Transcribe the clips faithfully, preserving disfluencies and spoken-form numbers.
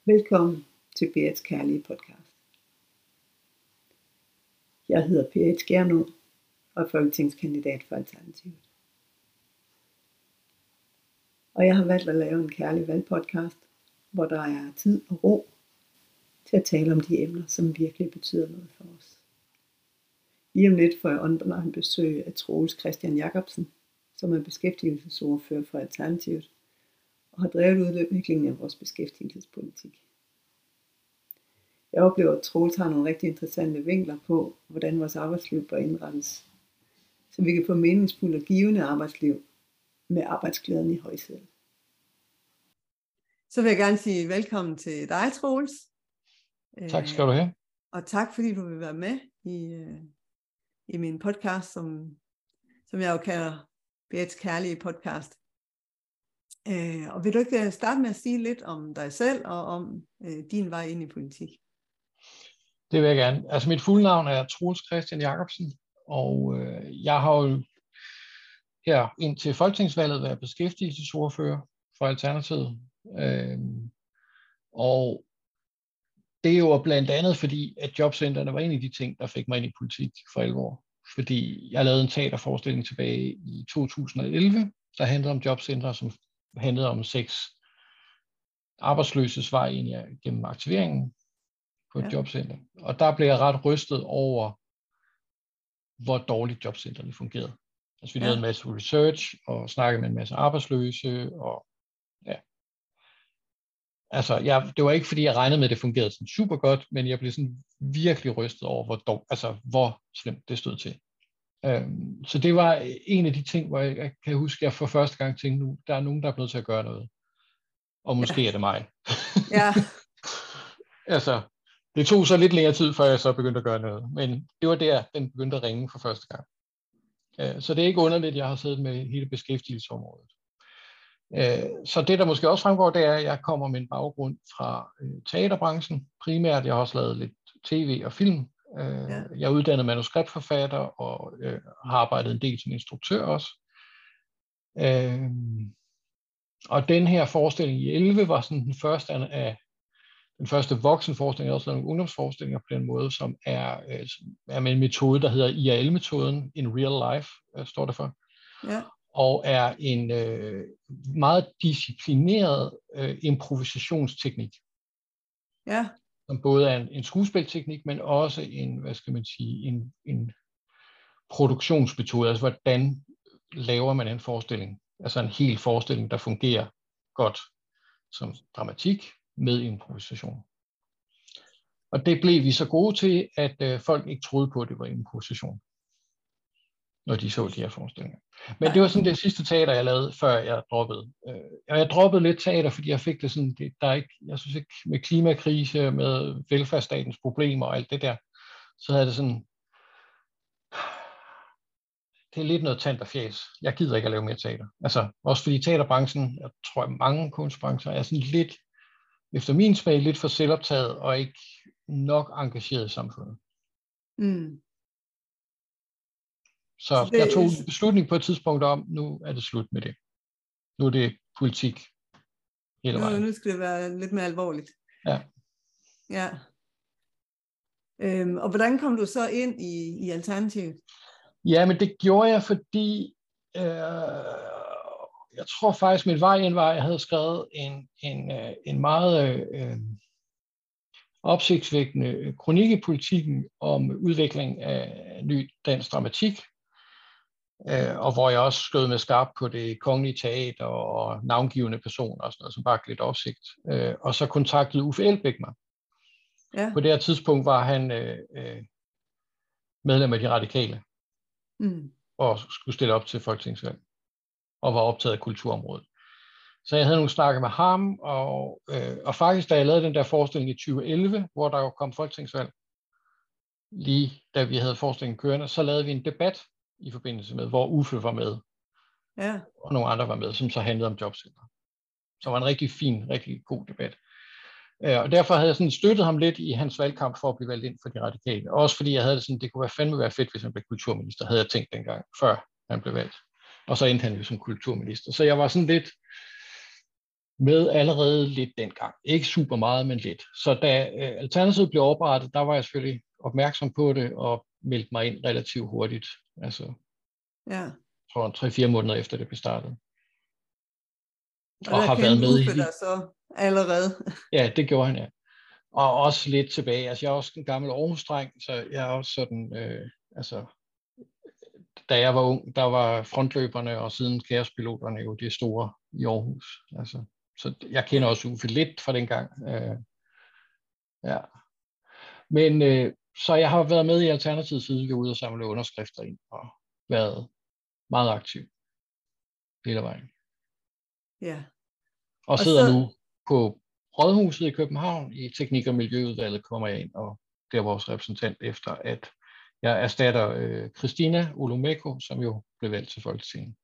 Velkommen til Beats Kærlige podcast. Jeg hedder Berit Skjernå og er folketingskandidat for Alternativet. Og jeg har valgt at lave en kærlig valgpodcast, hvor der er tid og ro til at tale om de emner, som virkelig betyder noget for os. Lige om lidt får jeg online besøg af Troels Christian Jacobsen, som er beskæftigelsesordfører for Alternativet og har drevet udviklingen af vores beskæftigelsespolitik. Jeg oplever, at Troels har nogle rigtig interessante vinkler på, hvordan vores arbejdsliv bør indrettes, så vi kan få meningsfuldt og givende arbejdsliv med arbejdsglæden i højsædet. Så vil jeg gerne sige velkommen til dig, Troels. Tak skal du have. Og tak fordi du vil være med i, i min podcast, som, som jeg jo kalder Beats Kærlige podcast. Og vil du ikke starte med at sige lidt om dig selv og om din vej ind i politik? Det vil jeg gerne. Altså mit fulde navn er Troels Christian Jacobsen, og øh, jeg har jo her indtil folketingsvalget været beskæftigelsesordfører for Alternativet. Øh, og det er jo blandt andet fordi, at jobcentrene var en af de ting, der fik mig ind i politik for alvor. Fordi jeg lavede en teaterforestilling tilbage i to tusind og elleve, der handlede om jobcentre, som handlede om seks arbejdsløses vej ind gennem aktiveringen på et ja. jobcenter. Og der blev jeg ret rystet over, hvor dårligt jobcentrene fungerede. Altså vi ja. lavede en masse research og snakkede med en masse arbejdsløse. Og, ja. Altså jeg, det var ikke fordi, jeg regnede med, at det fungerede sådan super godt, men jeg blev sådan virkelig rystet over, hvor, dårligt, altså, hvor slemt det stod til. Um, så det var en af de ting, hvor jeg, jeg kan huske, at jeg for første gang tænkte, nu der er nogen, der er nødt til at gøre noget. Og måske ja. er det mig. Ja. altså, det tog så lidt længere tid, før jeg så begyndte at gøre noget. Men det var der, den begyndte at ringe for første gang. Uh, så det er ikke underligt, at jeg har siddet med hele beskæftigelsesområdet. Uh, så det, der måske også fremgår, det er, at jeg kommer med en baggrund fra uh, teaterbranchen. Primært, jeg har også lavet lidt tv og film. Uh, ja. Jeg er uddannet manuskriptforfatter og uh, har arbejdet en del som instruktør også. Uh, og den her forestilling i elleve var sådan den første af den første voksenforestilling. Jeg har også lavet nogle ungdomsforestillinger på den måde, som er, uh, er med en metode, der hedder I R L-metoden, in real life, uh, står det for. Ja. Og er en uh, meget disciplineret uh, improvisationsteknik. Ja. Som både er en, en skuespilteknik, men også en, hvad skal man sige, en, en produktionsmetode. Altså, hvordan laver man en forestilling? Altså en hel forestilling, der fungerer godt som dramatik med improvisation. Og det blev vi så gode til, at øh, folk ikke troede på, at det var improvisation, når de så de her forestillinger. Men det var sådan det sidste teater, jeg lavede, før jeg droppede. Og jeg droppede lidt teater, fordi jeg fik det sådan, det, der er ikke, jeg synes ikke, med klimakrise, med velfærdsstatens problemer og alt det der, så havde det sådan, det er lidt noget tant og fjæs. Jeg gider ikke at lave mere teater. Altså, også fordi teaterbranchen, jeg tror, mange kunstbrancher er sådan lidt, efter min smag, lidt for selvoptaget og ikke nok engageret i samfundet. Mm. Så det, jeg tog en beslutning på et tidspunkt om, nu er det slut med det. Nu er det politik hele vejen. Nu, nu skal det være lidt mere alvorligt. Ja. Ja. Øhm, og hvordan kom du så ind i, i Alternativet? Ja, men det gjorde jeg, fordi øh, jeg tror faktisk, mit vej ind var, at jeg havde skrevet en, en, en meget øh, opsigtsvækkende kronik i Politikken om udvikling af ny dansk dramatik. Uh, og hvor jeg også skød med skarp på Det Kongelige Teater og navngivende personer og sådan noget, som bare lidt opsigt. Uh, og så kontaktede Uffe Elbæk mig. Ja. På det her tidspunkt var han uh, uh, medlem af De Radikale, mm. og skulle stille op til folketingsvalg, og var optaget af kulturområdet. Så jeg havde nogle snakke med ham, og, uh, og faktisk da jeg lavede den der forestilling i tyve elleve, hvor der jo kom folketingsvalg, lige da vi havde forestillingen kørende, så lavede vi en debat i forbindelse med, hvor Uffe var med, ja. og nogle andre var med, som så handlede om jobcenter. Så det var en rigtig fin, rigtig god debat. Og derfor havde jeg sådan støttet ham lidt i hans valgkamp for at blive valgt ind for De Radikale. Også fordi jeg havde det sådan, det kunne være fandme være fedt, hvis han blev kulturminister, havde jeg tænkt dengang, før han blev valgt. Og så endte han jo som kulturminister. Så jeg var sådan lidt, med allerede lidt dengang. Ikke super meget, men lidt. Så da øh, Alternativet blev oprettet, der var jeg selvfølgelig opmærksom på det og meldte mig ind relativt hurtigt. Altså, Ja. jeg tror, tre-fire måneder efter det blev startet. Og, Og der har været kendte med Uffe i... dig så allerede. Ja, det gjorde han, ja. Og også lidt tilbage. Altså, jeg er også en gammel Aarhus-dreng, så jeg er også sådan... Øh, altså, da jeg var ung, der var frontløberne og siden kaospiloterne jo det store i Aarhus. Altså, så jeg kender også Uffe lidt fra den gang. Øh, ja. Men øh, så jeg har været med i Alternativet siden vi var ude og samle underskrifter ind og været meget aktiv hele vejen. Ja. Og sidder og så... nu på Rådhuset i København i Teknik- og Miljøudvalget, kommer jeg ind og bliver vores repræsentant efter, at jeg erstatter øh, Christina Olumeko, som jo blev valgt til Folketinget.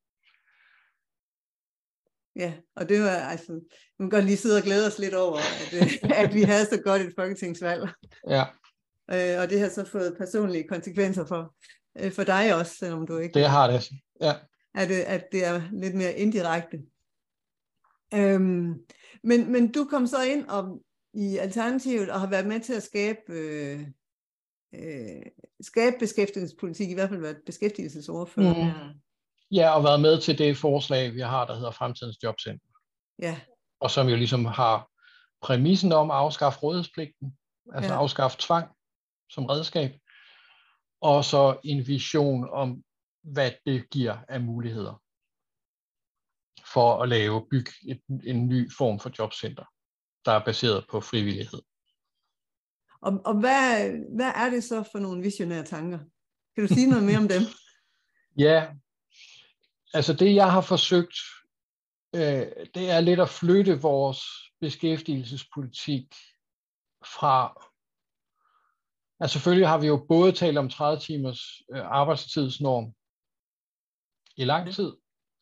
Ja, og det var altså, man kan godt lige sidde og glæde os lidt over, at, at vi havde så godt et folketingsvalg. Ja. Øh, og det har så fået personlige konsekvenser for, øh, for dig også, selvom du ikke... Det har det, ja. At, at det er lidt mere indirekte. Øhm, men, men du kom så ind og, i Alternativet og har været med til at skabe, øh, øh, skabe beskæftigelsespolitik, i hvert fald været beskæftigelsesordfører. Mm. Ja, og været med til det forslag, vi har, der hedder Fremtidens Jobcenter. Ja. Og som jo ligesom har præmissen om at afskaffe rådighedspligten, altså ja. afskaffe tvang som redskab, og så en vision om, hvad det giver af muligheder for at lave, bygge et, en ny form for jobcenter, der er baseret på frivillighed. Og, og hvad, hvad er det så for nogle visionære tanker? Kan du sige noget mere om dem? Ja, altså det jeg har forsøgt, øh, det er lidt at flytte vores beskæftigelsespolitik fra, altså selvfølgelig har vi jo både talt om tredive timers øh, arbejdstidsnorm i lang tid,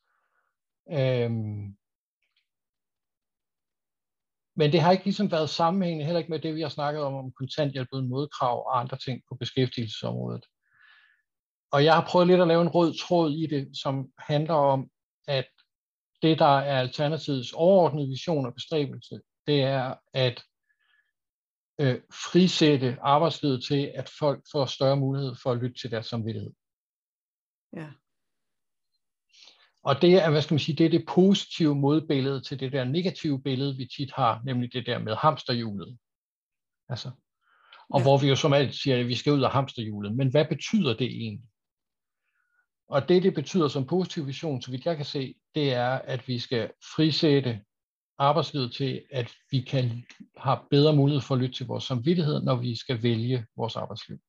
øhm, men det har ikke ligesom været sammenhængende, heller ikke med det, vi har snakket om, om kontanthjælp uden modkrav og andre ting på beskæftigelsesområdet. Og jeg har prøvet lidt at lave en rød tråd i det, som handler om, at det, der er Alternativets overordnede vision og bestræbelse, det er at øh, frisætte arbejdslivet til, at folk får større mulighed for at lytte til deres samvittighed. Ja. Og det er, hvad skal man sige, det er det positive modbillede til det der negative billede, vi tit har, nemlig det der med hamsterhjulet. Altså, og ja. hvor vi jo som altid siger, at vi skal ud af hamsterhjulet. Men hvad betyder det egentlig? Og det, det betyder som positiv vision, så vidt jeg kan se, det er, at vi skal frisætte arbejdslivet til, at vi kan have bedre mulighed for at lytte til vores samvittighed, når vi skal vælge vores arbejdsliv.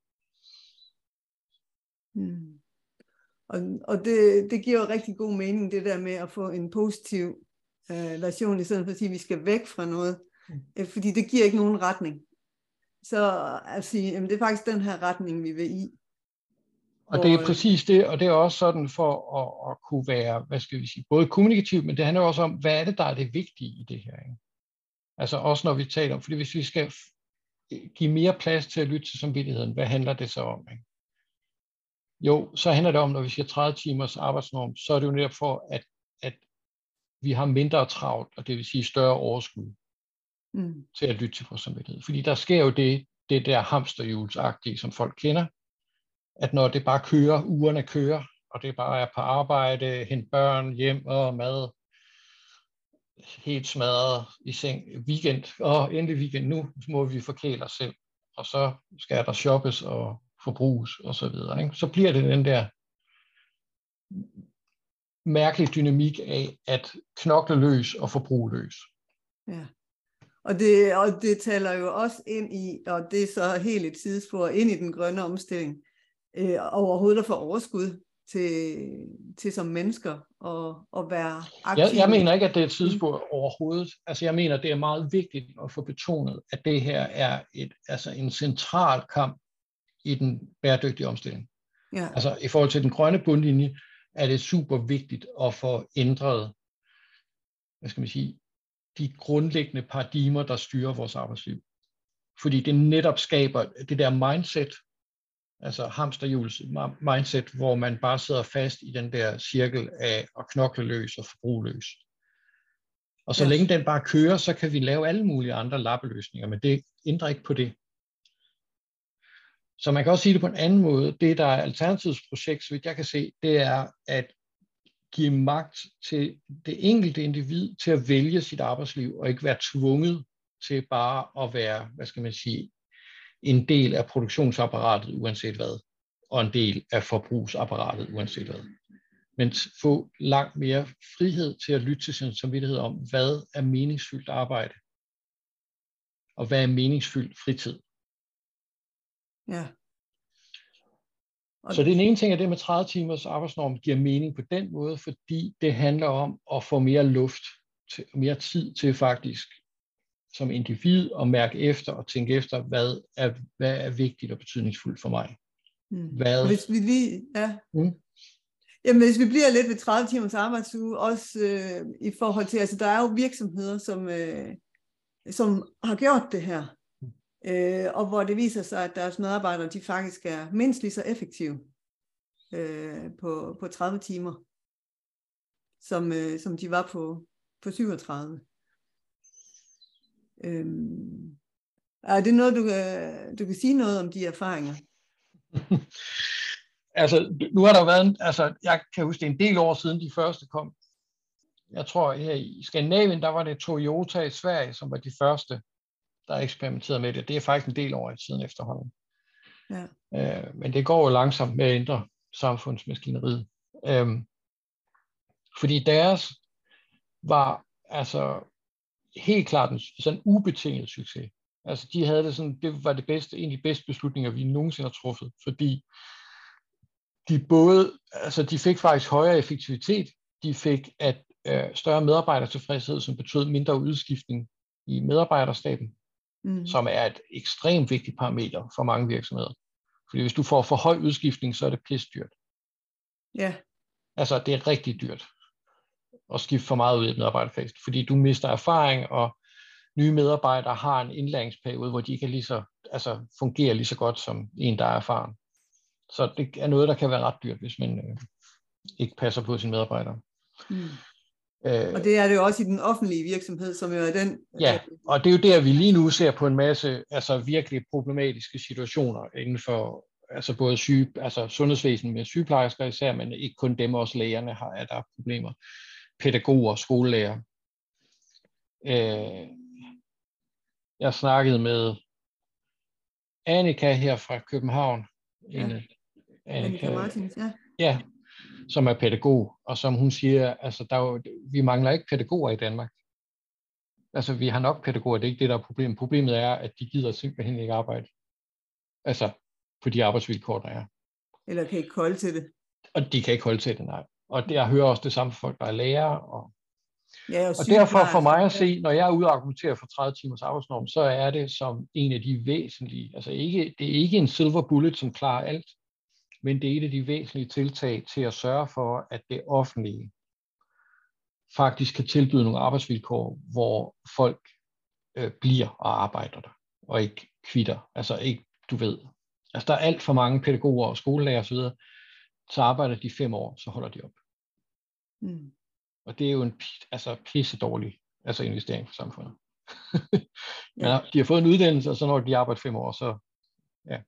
Hmm. Og, og det, det giver jo rigtig god mening, det der med at få en positiv øh, version, i stedet for at sige, at vi skal væk fra noget, øh, fordi det giver ikke nogen retning. Så at sige, jamen, det er faktisk den her retning, vi vil i. Og det er præcis det, og det er også sådan for at, at kunne være, hvad skal vi sige, både kommunikativt, men det handler også om, hvad er det, der er det vigtige i det her, ikke? Altså også når vi taler om, fordi hvis vi skal give mere plads til at lytte til samvittigheden, hvad handler det så om, ikke? Jo, så handler det om, når vi siger tredive timers arbejdsnorm, så er det jo netop for, at, at vi har mindre travlt, og det vil sige større overskud mm. til at lytte til vores samvittighed. Fordi der sker jo det, det der hamsterhjulsagtige, som folk kender, at når det bare kører, ugerne kører, og det bare er på arbejde, hente børn, hjem og mad, helt smadret i seng, weekend, og endelig weekend, nu må vi forkæle os selv, og så skal der shoppes og forbruges og så videre, ikke? Så bliver det den der mærkelige dynamik af at knokle løs og forbruge løs. Ja. Og det, og det taler jo også ind i, og det er så helt et sidespor, ind i den grønne omstilling, øh, overhovedet at få overskud til, til som mennesker og, og være aktive. Jeg, jeg mener ikke, at det er et sidespor overhovedet. Altså jeg mener, det er meget vigtigt at få betonet, at det her er et, altså en central kamp i den bæredygtige omstilling. Ja. Altså i forhold til den grønne bundlinje, er det super vigtigt at få ændret, hvad skal man sige, de grundlæggende paradigmer, der styrer vores arbejdsliv. Fordi det netop skaber det der mindset, altså hamsterhjuls mindset, hvor man bare sidder fast i den der cirkel af at knokle løs og forbruge løs. Og så Ja. længe den bare kører, så kan vi lave alle mulige andre lappeløsninger, men det ændrer ikke på det. Så man kan også sige det på en anden måde. Det, der er Alternativets projekt, så vidt jeg kan se, det er at give magt til det enkelte individ til at vælge sit arbejdsliv, og ikke være tvunget til bare at være, hvad skal man sige, en del af produktionsapparatet uanset hvad, og en del af forbrugsapparatet uanset hvad. Men få langt mere frihed til at lytte til sin samvittighed om, hvad er meningsfyldt arbejde, og hvad er meningsfyldt fritid. Ja. Og så det er en ene ting, at det med tredive timers arbejdsnorm giver mening på den måde, fordi det handler om at få mere luft, til, mere tid til faktisk som individ at mærke efter og tænke efter, hvad er, hvad er vigtigt og betydningsfuldt for mig. Mm. Hvad... Og hvis vi lige, ja. Mm. Jamen, hvis vi bliver lidt ved tredive timers arbejdsuge, også øh, i forhold til, altså der er jo virksomheder, som, øh, som har gjort det her, øh, og hvor det viser sig, at deres medarbejdere, de faktisk er mindst lige så effektive øh, på, på tredive timer, som, øh, som de var på, på syvogtredive. Øhm, er det noget, du, øh, du kan sige noget om de erfaringer? Altså, nu har der været, en, altså, jeg kan huske, det er en del år siden de første kom. Jeg tror, her i Skandinavien, der var det Toyota i Sverige, som var de første, der eksperimenterede med det. Det er faktisk en del år siden efterhånden. Ja. Øh, men det går jo langsomt med at ændre samfundsmaskineriet. Øh, fordi deres var altså helt klart en sådan ubetinget succes. Altså, de havde det sådan, det var det bedste, en af de bedste beslutninger, vi nogensinde har truffet, fordi de både, altså de fik faktisk højere effektivitet, de fik at øh, større medarbejdertilfredshed, som betød mindre udskiftning i medarbejderstaben, mm. som er et ekstremt vigtigt parameter for mange virksomheder. Fordi hvis du får for høj udskiftning, så er det pisdyrt. Ja. Yeah. Altså det er rigtig dyrt at skifte for meget ud i et medarbejderfase, fordi du mister erfaring, og nye medarbejdere har en indlæringsperiode, hvor de kan lige så, altså fungere lige så godt som en, der er erfaren. Så det er noget, der kan være ret dyrt, hvis man øh, ikke passer på sine medarbejdere. Mm. Øh, og det er det jo også i den offentlige virksomhed, som jo er den... Ja, og det er jo der, vi lige nu ser på en masse altså virkelig problematiske situationer inden for altså både syge, altså sundhedsvæsen med sygeplejersker især, men ikke kun dem, også lægerne har, at der er problemer. Pædagoger, skolelærer. Øh, jeg snakkede med Annika her fra København. Ja. En, Annika Martins, ja. Ja, som er pædagog, og som hun siger, altså der er jo, vi mangler ikke pædagoger i Danmark. Altså vi har nok pædagoger, det er ikke det, der er problemet. Problemet er, at de gider simpelthen ikke arbejde. Altså på de arbejdsvilkår, der er. Eller kan ikke holde til det. Og de kan ikke holde til det, nej. Og det, jeg hører også det samme for folk, der er lærere. Og, ja, og, og derfor for mig at se, når jeg er ude og argumentere for tredive timers arbejdsnorm, så er det som en af de væsentlige, altså ikke, det er ikke en silver bullet, som klarer alt, men det er et af de væsentlige tiltag til at sørge for, at det offentlige faktisk kan tilbyde nogle arbejdsvilkår, hvor folk øh, bliver og arbejder der, og ikke kvitter. Altså ikke, du ved, altså der er alt for mange pædagoger og skolelærer osv., så arbejder de fem år, så holder de op. Mm. Og det er jo en altså, pisse dårlig altså investering for samfundet. Ja. De har fået en uddannelse, og så når de arbejder fem år, så ja.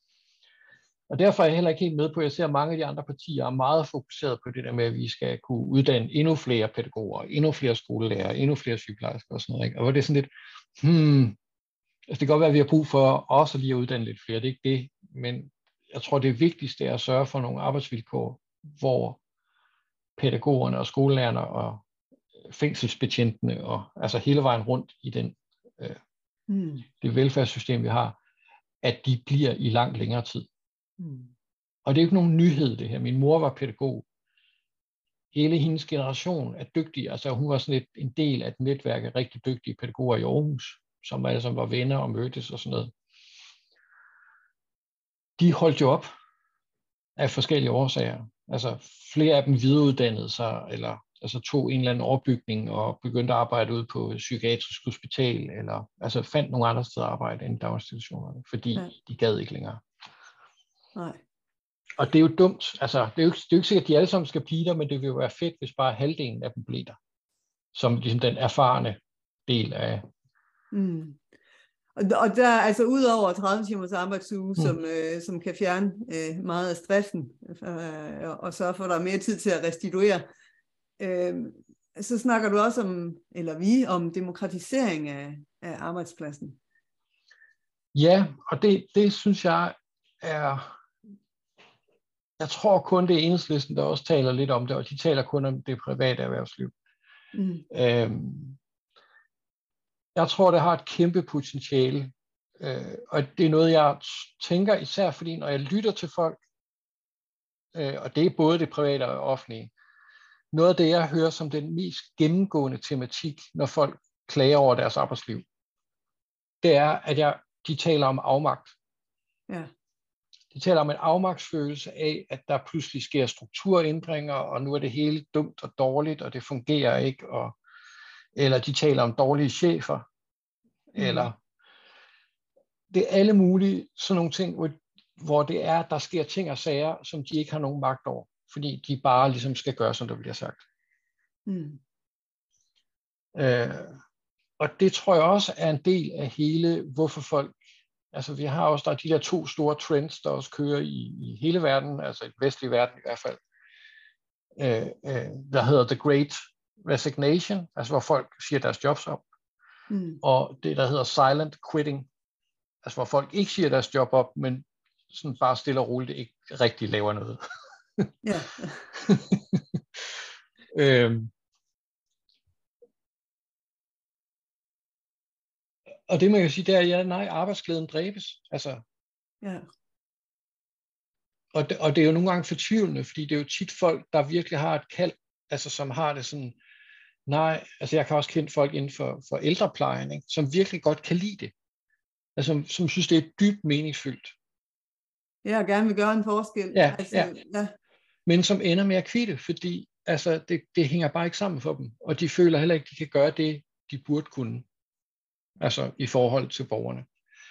Og derfor er jeg heller ikke helt med på, at jeg ser, at mange af de andre partier er meget fokuseret på det der med, at vi skal kunne uddanne endnu flere pædagoger, endnu flere skolelærer, endnu flere sygeplejersker og sådan noget. Ikke? Og hvor det er sådan lidt, hmm, altså det kan godt være, at vi har brug for også lige at uddanne lidt flere, det er ikke det, men jeg tror, det vigtigste er at sørge for nogle arbejdsvilkår, hvor pædagogerne og skolelærerne og fængselsbetjentene og altså hele vejen rundt i den, øh, mm. det velfærdssystem, vi har, at de bliver i langt længere tid. Mm. Og det er jo ikke nogen nyhed, det her. Min mor var pædagog. Hele hendes generation er dygtige. Altså hun var sådan et, en del af et netværk af rigtig dygtige pædagoger i Aarhus, som alle sammen var venner og mødtes og sådan noget. De holdt jo op af forskellige årsager. Altså flere af dem videreuddannede sig, eller altså tog en eller anden overbygning og begyndte at arbejde ude på et psykiatrisk hospital, eller altså fandt nogle andre steder at arbejde end daginstitutionerne, fordi ja. de gad ikke længere. Nej. Og det er jo dumt. Altså, det er jo, det er jo ikke sikkert, at de alle sammen skal blive der, men det vil jo være fedt, hvis bare halvdelen af dem bliver der. som ligesom den erfarne del af. Mm. Og, og der, altså ud over tredive timers arbejdsuge, Mm. som, øh, som kan fjerne øh, meget af stressen, øh, og sørge for, at der er mere tid til at restituere, øh, så snakker du også om, eller vi, om demokratisering af, af arbejdspladsen. Ja, og det, det synes jeg er, jeg tror kun det er Enhedslisten, der også taler lidt om det, og de taler kun om det private erhvervsliv. Mm. Øhm, jeg tror, det har et kæmpe potentiale, øh, og det er noget, jeg tænker især, fordi når jeg lytter til folk, øh, og det er både det private og offentlige, noget af det, jeg hører som den mest gennemgående tematik, når folk klager over deres arbejdsliv, det er, at jeg, de taler om afmagt. Ja. De taler om en afmagtsfølelse af, at der pludselig sker strukturændringer, og nu er det hele dumt og dårligt, og det fungerer ikke. Og, eller de taler om dårlige chefer. Mm. Eller det er alle mulige sådan nogle ting, hvor, hvor det er, at der sker ting og sager, som de ikke har nogen magt over. Fordi de bare ligesom skal gøre, som der bliver sagt. Mm. Øh, og det tror jeg også er en del af hele, hvorfor folk. Altså vi har også, der er de der to store trends, der også kører i, i hele verden, altså i vestlig verden i hvert fald, øh, øh, der hedder The Great Resignation, altså hvor folk siger deres jobs op, mm. og det der hedder Silent Quitting, altså hvor folk ikke siger deres job op, men sådan bare stille og roligt ikke rigtig laver noget. Ja. øhm. Og det man kan sige, det er, ja, nej, arbejdsglæden dræbes. Altså. Ja. Og det, og det er jo nogle gange fortvivlende, fordi det er jo tit folk, der virkelig har et kald, altså som har det sådan, nej, altså jeg kan også kende folk inden for, for ældreplejen, ikke, som virkelig godt kan lide det. Altså som, som synes, det er dybt meningsfyldt. Ja, og gerne vil gøre en forskel. Ja, altså, ja. ja. Men som ender med at kvitte, fordi altså, det, det hænger bare ikke sammen for dem, og de føler heller ikke, de kan gøre det, de burde kunne. Altså i forhold til borgerne.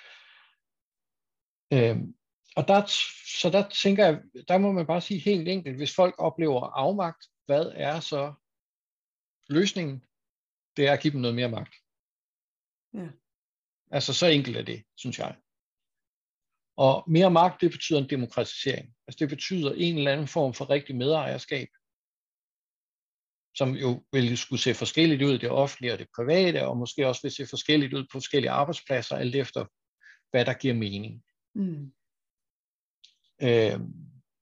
Øhm, og der, så der tænker jeg, der må man bare sige helt enkelt, hvis folk oplever afmagt, hvad er så løsningen? Det er at give dem noget mere magt. Ja. Altså så enkelt er det, synes jeg. Og mere magt, det betyder en demokratisering. Altså det betyder en eller anden form for rigtig medejerskab, som jo vil skulle se forskelligt ud i det offentlige og det private, og måske også vil se forskelligt ud på forskellige arbejdspladser, alt efter hvad der giver mening. Mm. Øhm.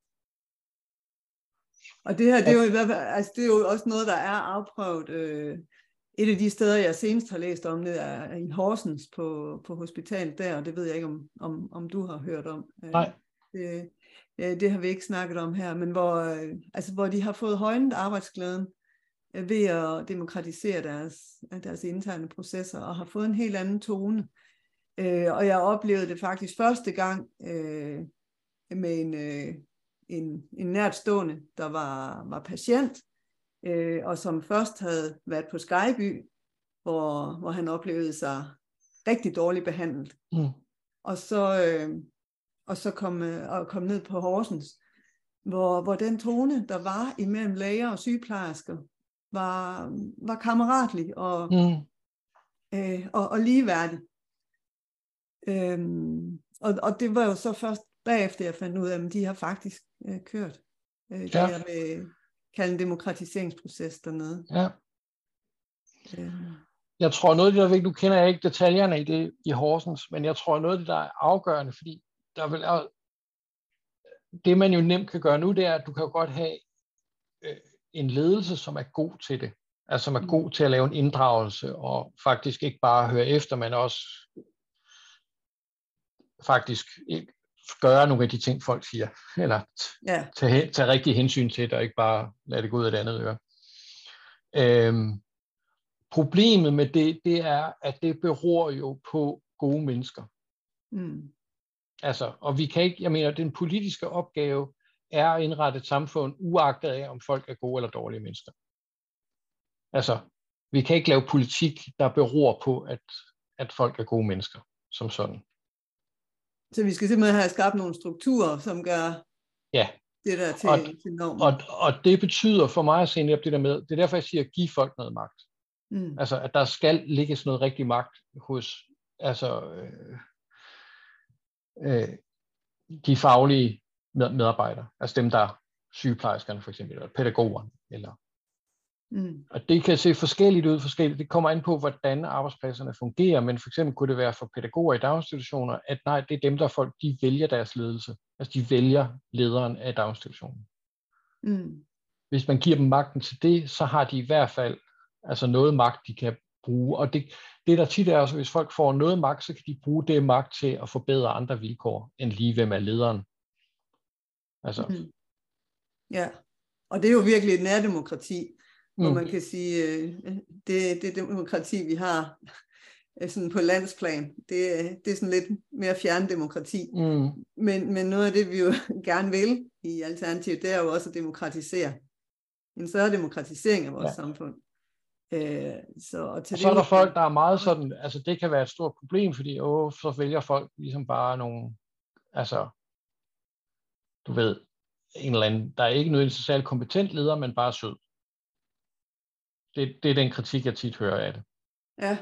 Og det her, det er, jo, altså, det er jo også noget, der er afprøvet. Øh, et af de steder, jeg senest har læst om, det er i Horsens på, på hospitalet der, og det ved jeg ikke, om, om, om du har hørt om. Nej. Det, det har vi ikke snakket om her, men hvor, altså, hvor de har fået højnet arbejdsglæden ved at demokratisere deres, deres interne processer, og har fået en helt anden tone. Øh, og jeg oplevede det faktisk første gang øh, med en, øh, en, en nærtstående, der var, var patient, øh, og som først havde været på Skyby, hvor, hvor han oplevede sig rigtig dårligt behandlet. Mm. Og så, øh, og så kom, øh, og kom ned på Horsens, hvor, hvor den tone, der var imellem læger og sygeplejersker, var, var kammeratlig og, mm. øh, og, og ligeværdig. Øhm, og, og det var jo så først bagefter, jeg fandt ud af, at de har faktisk øh, kørt øh, det ja. her med kalde en demokratiseringsproces dernede. Ja. Øhm. Jeg tror noget af det, der er vigtigt, nu kender jeg ikke detaljerne i det i Horsens, men jeg tror noget af det, der er afgørende, fordi der vil er, det man jo nemt kan gøre nu, det er, at du kan jo godt have øh, en ledelse, som er god til det. Altså som er mm. god til at lave en inddragelse, og faktisk ikke bare høre efter, men også faktisk ikke gøre nogle af de ting, folk siger, eller ja. tage, tage rigtig hensyn til det, og ikke bare lade det gå ud af det andet øre. Øhm, problemet med det, det er, at det beror jo på gode mennesker. Mm. Altså, og vi kan ikke, jeg mener, den politiske opgave er at indrette et samfund, uagtet af, om folk er gode eller dårlige mennesker. Altså, vi kan ikke lave politik, der beror på, at, at folk er gode mennesker, som sådan. Så vi skal simpelthen have skabt nogle strukturer, som gør ja. det der til, og, til normen. Og, og det betyder for mig at se netop det der med, det er derfor, jeg siger, at give folk noget magt. Mm. Altså, at der skal ligge noget rigtig magt hos altså, øh, øh, de faglige medarbejdere, altså dem, der er sygeplejerskerne for eksempel, eller pædagogerne. Eller. Mm. Og det kan se forskelligt ud, forskelligt. Det kommer an på, hvordan arbejdspladserne fungerer, men for eksempel kunne det være for pædagoger i daginstitutioner, at nej, det er dem, der folk, de vælger deres ledelse. Altså, de vælger lederen af daginstitutionen. Mm. Hvis man giver dem magten til det, så har de i hvert fald altså noget magt, de kan bruge. Og det, det der tit er også, hvis folk får noget magt, så kan de bruge det magt til at forbedre andre vilkår, end lige hvem er lederen. Altså. Mm. Ja, og det er jo virkelig et nærdemokrati, mm. hvor man kan sige, det, det demokrati, vi har sådan på landsplan, det, det er sådan lidt mere fjerndemokrati. Mm. Men, men noget af det, vi jo gerne vil i Alternativet, det er jo også at demokratisere. En større demokratisering af vores ja. samfund. Øh, så, og, til og så er der folk, der er meget sådan, altså det kan være et stort problem, fordi åh, så vælger folk ligesom bare nogle, altså, du ved, en eller anden, der er ikke nødvendigvis særlig kompetent leder, men bare sød. Det, det er den kritik, jeg tit hører af det. Ja.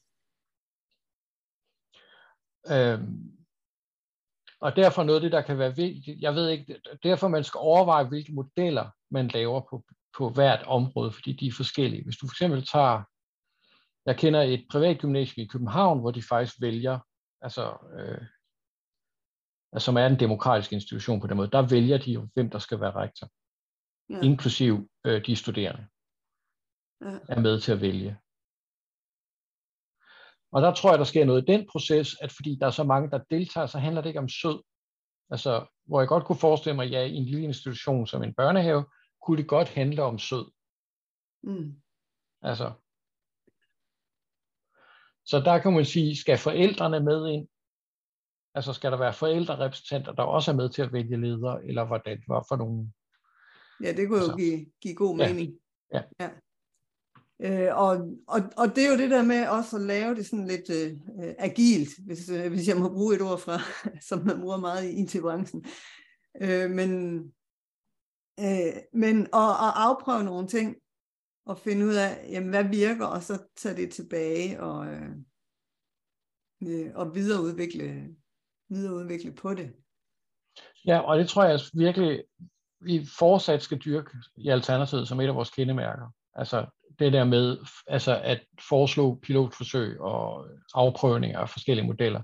Øhm, og derfor noget af det, der kan være vigtigt, jeg ved ikke, derfor man skal overveje, hvilke modeller man laver på, på hvert område, fordi de er forskellige. Hvis du for eksempel tager, jeg kender et privat gymnasium i København, hvor de faktisk vælger, altså, øh, altså som er en demokratisk institution på den måde, der vælger de jo, hvem der skal være rektor. Ja. Inklusiv øh, de studerende ja. er med til at vælge. Og der tror jeg, der sker noget i den proces, at fordi der er så mange, der deltager, så handler det ikke om sød. Altså, hvor jeg godt kunne forestille mig, at ja, i en lille institution som en børnehave, kunne det godt handle om sød. Mm. Altså. Så der kan man sige, skal forældrene med ind? Altså, skal der være forældrerepræsentanter, der også er med til at vælge ledere, eller hvordan, hvad for nogle? Ja, det kunne altså, jo give, give god mening. Ja. ja. ja. Øh, og, og, og det er jo det der med også at lave det sådan lidt øh, agilt, hvis, øh, hvis jeg må bruge et ord fra, som man bruger meget i I T-branchen. Øh, men øh, men at, at afprøve nogle ting, og finde ud af, jamen, hvad virker, og så tage det tilbage, og, øh, øh, og videreudvikle, videreudvikle på det. Ja, og det tror jeg virkelig, vi fortsat skal dyrke i Alternativet som et af vores kendemærker. Altså det der med altså at foreslå pilotforsøg og afprøvninger af forskellige modeller.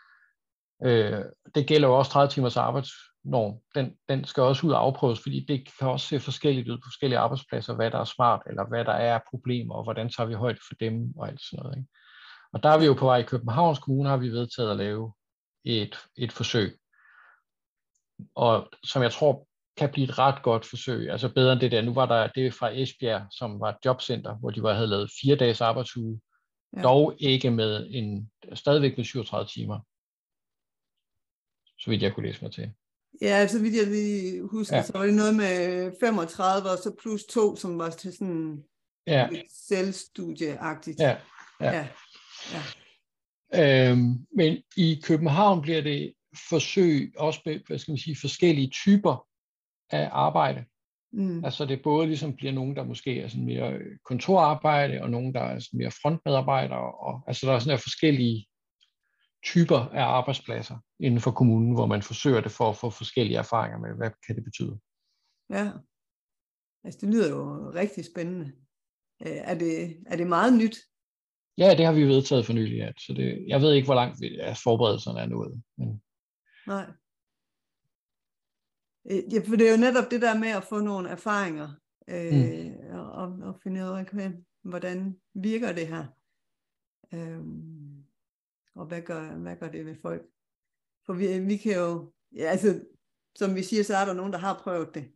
Øh, det gælder jo også tredive timers arbejdsnorm. Den, den skal også ud og afprøves, fordi det kan også se forskelligt ud på forskellige arbejdspladser, hvad der er smart, eller hvad der er problemer, og hvordan tager vi højde for dem, og alt sådan noget. Ikke? Og der er vi jo på vej i Københavns Kommune, har vi vedtaget at lave et, et forsøg. Og som jeg tror kan blive et ret godt forsøg, altså bedre end det der. Nu var der det fra Esbjerg, som var et jobcenter, hvor de var, havde lavet fire dages arbejdsuge, ja. Dog ikke med en, stadigvæk med syvogtredive timer, så vidt jeg kunne læse mig til. Ja, så vidt jeg lige husker, ja. Så var det noget med femogtredive, og så plus to, som var til sådan ja. et selvstudieagtigt. Ja, ja. ja. ja. Øhm, men i København bliver det forsøg også med, hvad skal man sige, forskellige typer af arbejde. Mm. Altså det både ligesom bliver nogen, der måske er sådan mere kontorarbejde, og nogen, der er sådan mere frontmedarbejdere, og altså der er sådan her forskellige typer af arbejdspladser inden for kommunen, hvor man forsøger det for at få forskellige erfaringer med, hvad kan det betyde. Ja, altså det lyder jo rigtig spændende. Er det, er det meget nyt? Ja, det har vi vedtaget for nylig, ja. Så det, jeg ved ikke, hvor langt forberedelserne er nået. Men... Nej. Ja, for det er jo netop det der med at få nogle erfaringer, øh, mm. og, og finde ud af, hvordan virker det her, øh, og hvad gør, hvad gør det ved folk. For vi, vi kan jo, ja, altså, som vi siger, så er der nogen, der har prøvet det,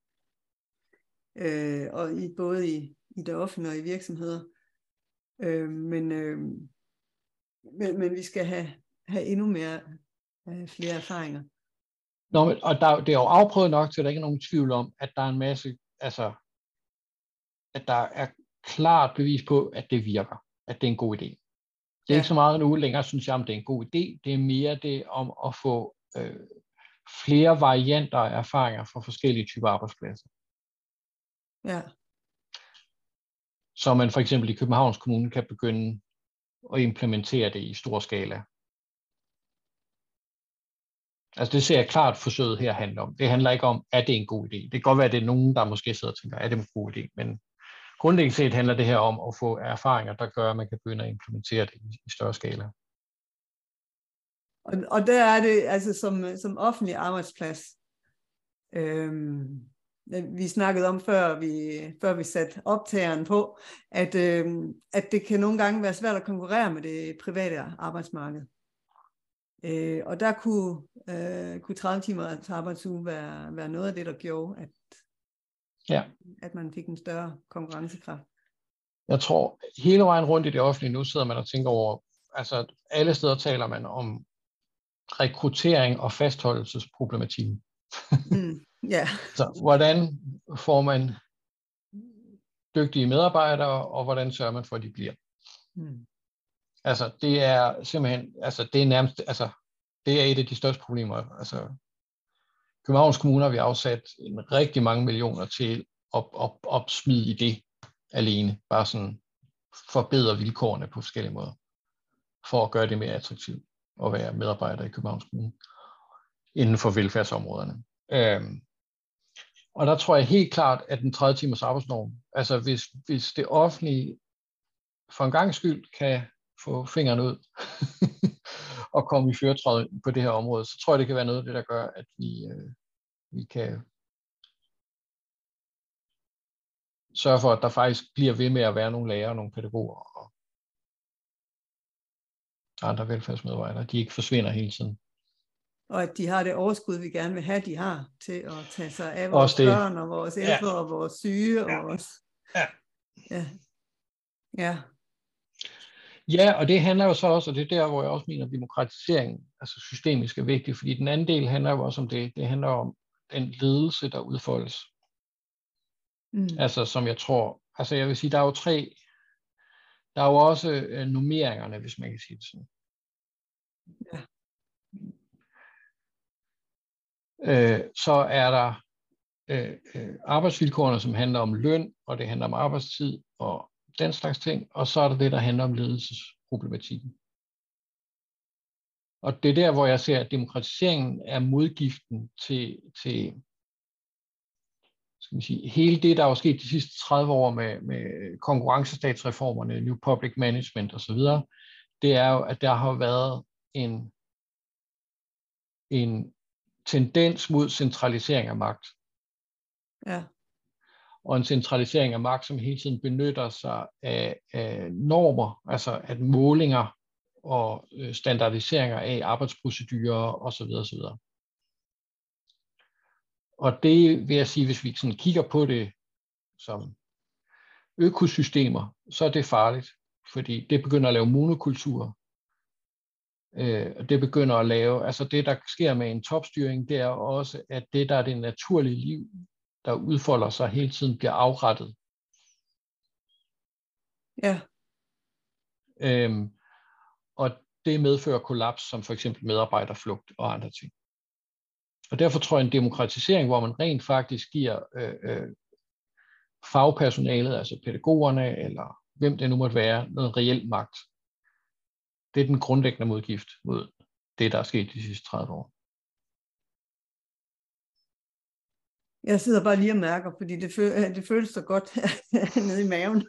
øh, og i, både i, i det offentlige og i virksomheder, øh, men, øh, men, men vi skal have, have endnu mere, øh, flere erfaringer. Nå, men, og der, det er jo afprøvet nok til, at der ikke er nogen tvivl om, at der er en masse, altså, at der er klart bevis på, at det virker, at det er en god idé. Det er ja. Ikke så meget nu længere, synes jeg, om det er en god idé. Det er mere det om at få øh, flere varianter af erfaringer fra forskellige typer arbejdspladser. Ja. så man for eksempel i Københavns Kommune kan begynde at implementere det i stor skala. Altså det ser jeg klart forsøget her handler om. Det handler ikke om, er det en god idé. Det kan godt være, at det er nogen, der måske sidder og tænker, er det en god idé, men grundlæggende set handler det her om at få erfaringer, der gør, at man kan begynde at implementere det i, i større skala. Og, og der er det altså som, som offentlig arbejdsplads. Øhm, vi snakkede om, før vi, før vi satte optageren på, at, øhm, at det kan nogle gange være svært at konkurrere med det private arbejdsmarked. Øh, og der kunne, øh, kunne tredive timers arbejdsuge være, være noget af det, der gjorde, at, ja. at man fik en større konkurrencekraft. Jeg tror, hele vejen rundt i det offentlige, nu sidder man og tænker over, altså alle steder taler man om rekruttering og fastholdelsesproblematikken. Mm, yeah. Så hvordan får man dygtige medarbejdere, og hvordan sørger man for, at de bliver? Mm. Altså, det er simpelthen, altså, det er nærmest, altså, det er et af de største problemer. Altså, Københavns Kommune har vi afsat en rigtig mange millioner til at, at, at smide i det alene. Bare sådan forbedre vilkårene på forskellige måder, for at gøre det mere attraktivt at være medarbejder i Københavns Kommune inden for velfærdsområderne. Øhm, og der tror jeg helt klart, at den tredive timers arbejdsnorm, altså hvis, hvis det offentlige for en gang skyld kan få fingeren ud og komme i førertrøjen på det her område, så tror jeg, det kan være noget af det, der gør, at vi, øh, vi kan sørge for, at der faktisk bliver ved med at være nogle lærere, nogle pædagoger og andre velfærdsmedarbejdere. De ikke forsvinder hele tiden. Og at de har det overskud, vi gerne vil have, de har til at tage sig af vores børn og vores ældre ja. og vores syge. Og ja. vores... Ja. Ja. Ja. Ja, og det handler jo så også, og det er der, hvor jeg også mener, at demokratisering, altså systemisk er vigtig, fordi den anden del handler jo også om det, det handler om den ledelse, der udfoldes. Mm. Altså som jeg tror, altså jeg vil sige, der er jo tre, der er jo også øh, nummeringerne, hvis man kan sige det sådan. Ja. Øh, så er der øh, øh, arbejdsvilkårene, som handler om løn, og det handler om arbejdstid, og den slags ting, og så er der det, der handler om ledelsesproblematikken. Og det er der, hvor jeg ser, at demokratiseringen er modgiften til, til skal man sige, hele det, der er sket de sidste tredive år med, med konkurrencestatsreformerne, New Public Management osv., det er jo, at der har været en, en tendens mod centralisering af magt. Ja. Og en centralisering af magt, som hele tiden benytter sig af, af normer, altså at målinger og standardiseringer af arbejdsprocedurer osv. osv. Og det vil jeg sige, hvis vi sådan kigger på det som økosystemer, så er det farligt, fordi det begynder at lave monokultur. Det begynder at lave, altså det, der sker med en topstyring, det er også, at det, der er det naturlige liv, der udfolder sig hele tiden, bliver afrettet. Ja. Øhm, og det medfører kollaps, som for eksempel medarbejderflugt og andre ting. Og derfor tror jeg, en demokratisering, hvor man rent faktisk giver øh, øh, fagpersonalet, altså pædagogerne, eller hvem det nu måtte være, noget reelt magt. Det er den grundlæggende modgift mod det, der er sket de sidste tredive år. Jeg sidder bare lige og mærker, fordi det, føl- det føles så godt nede i maven.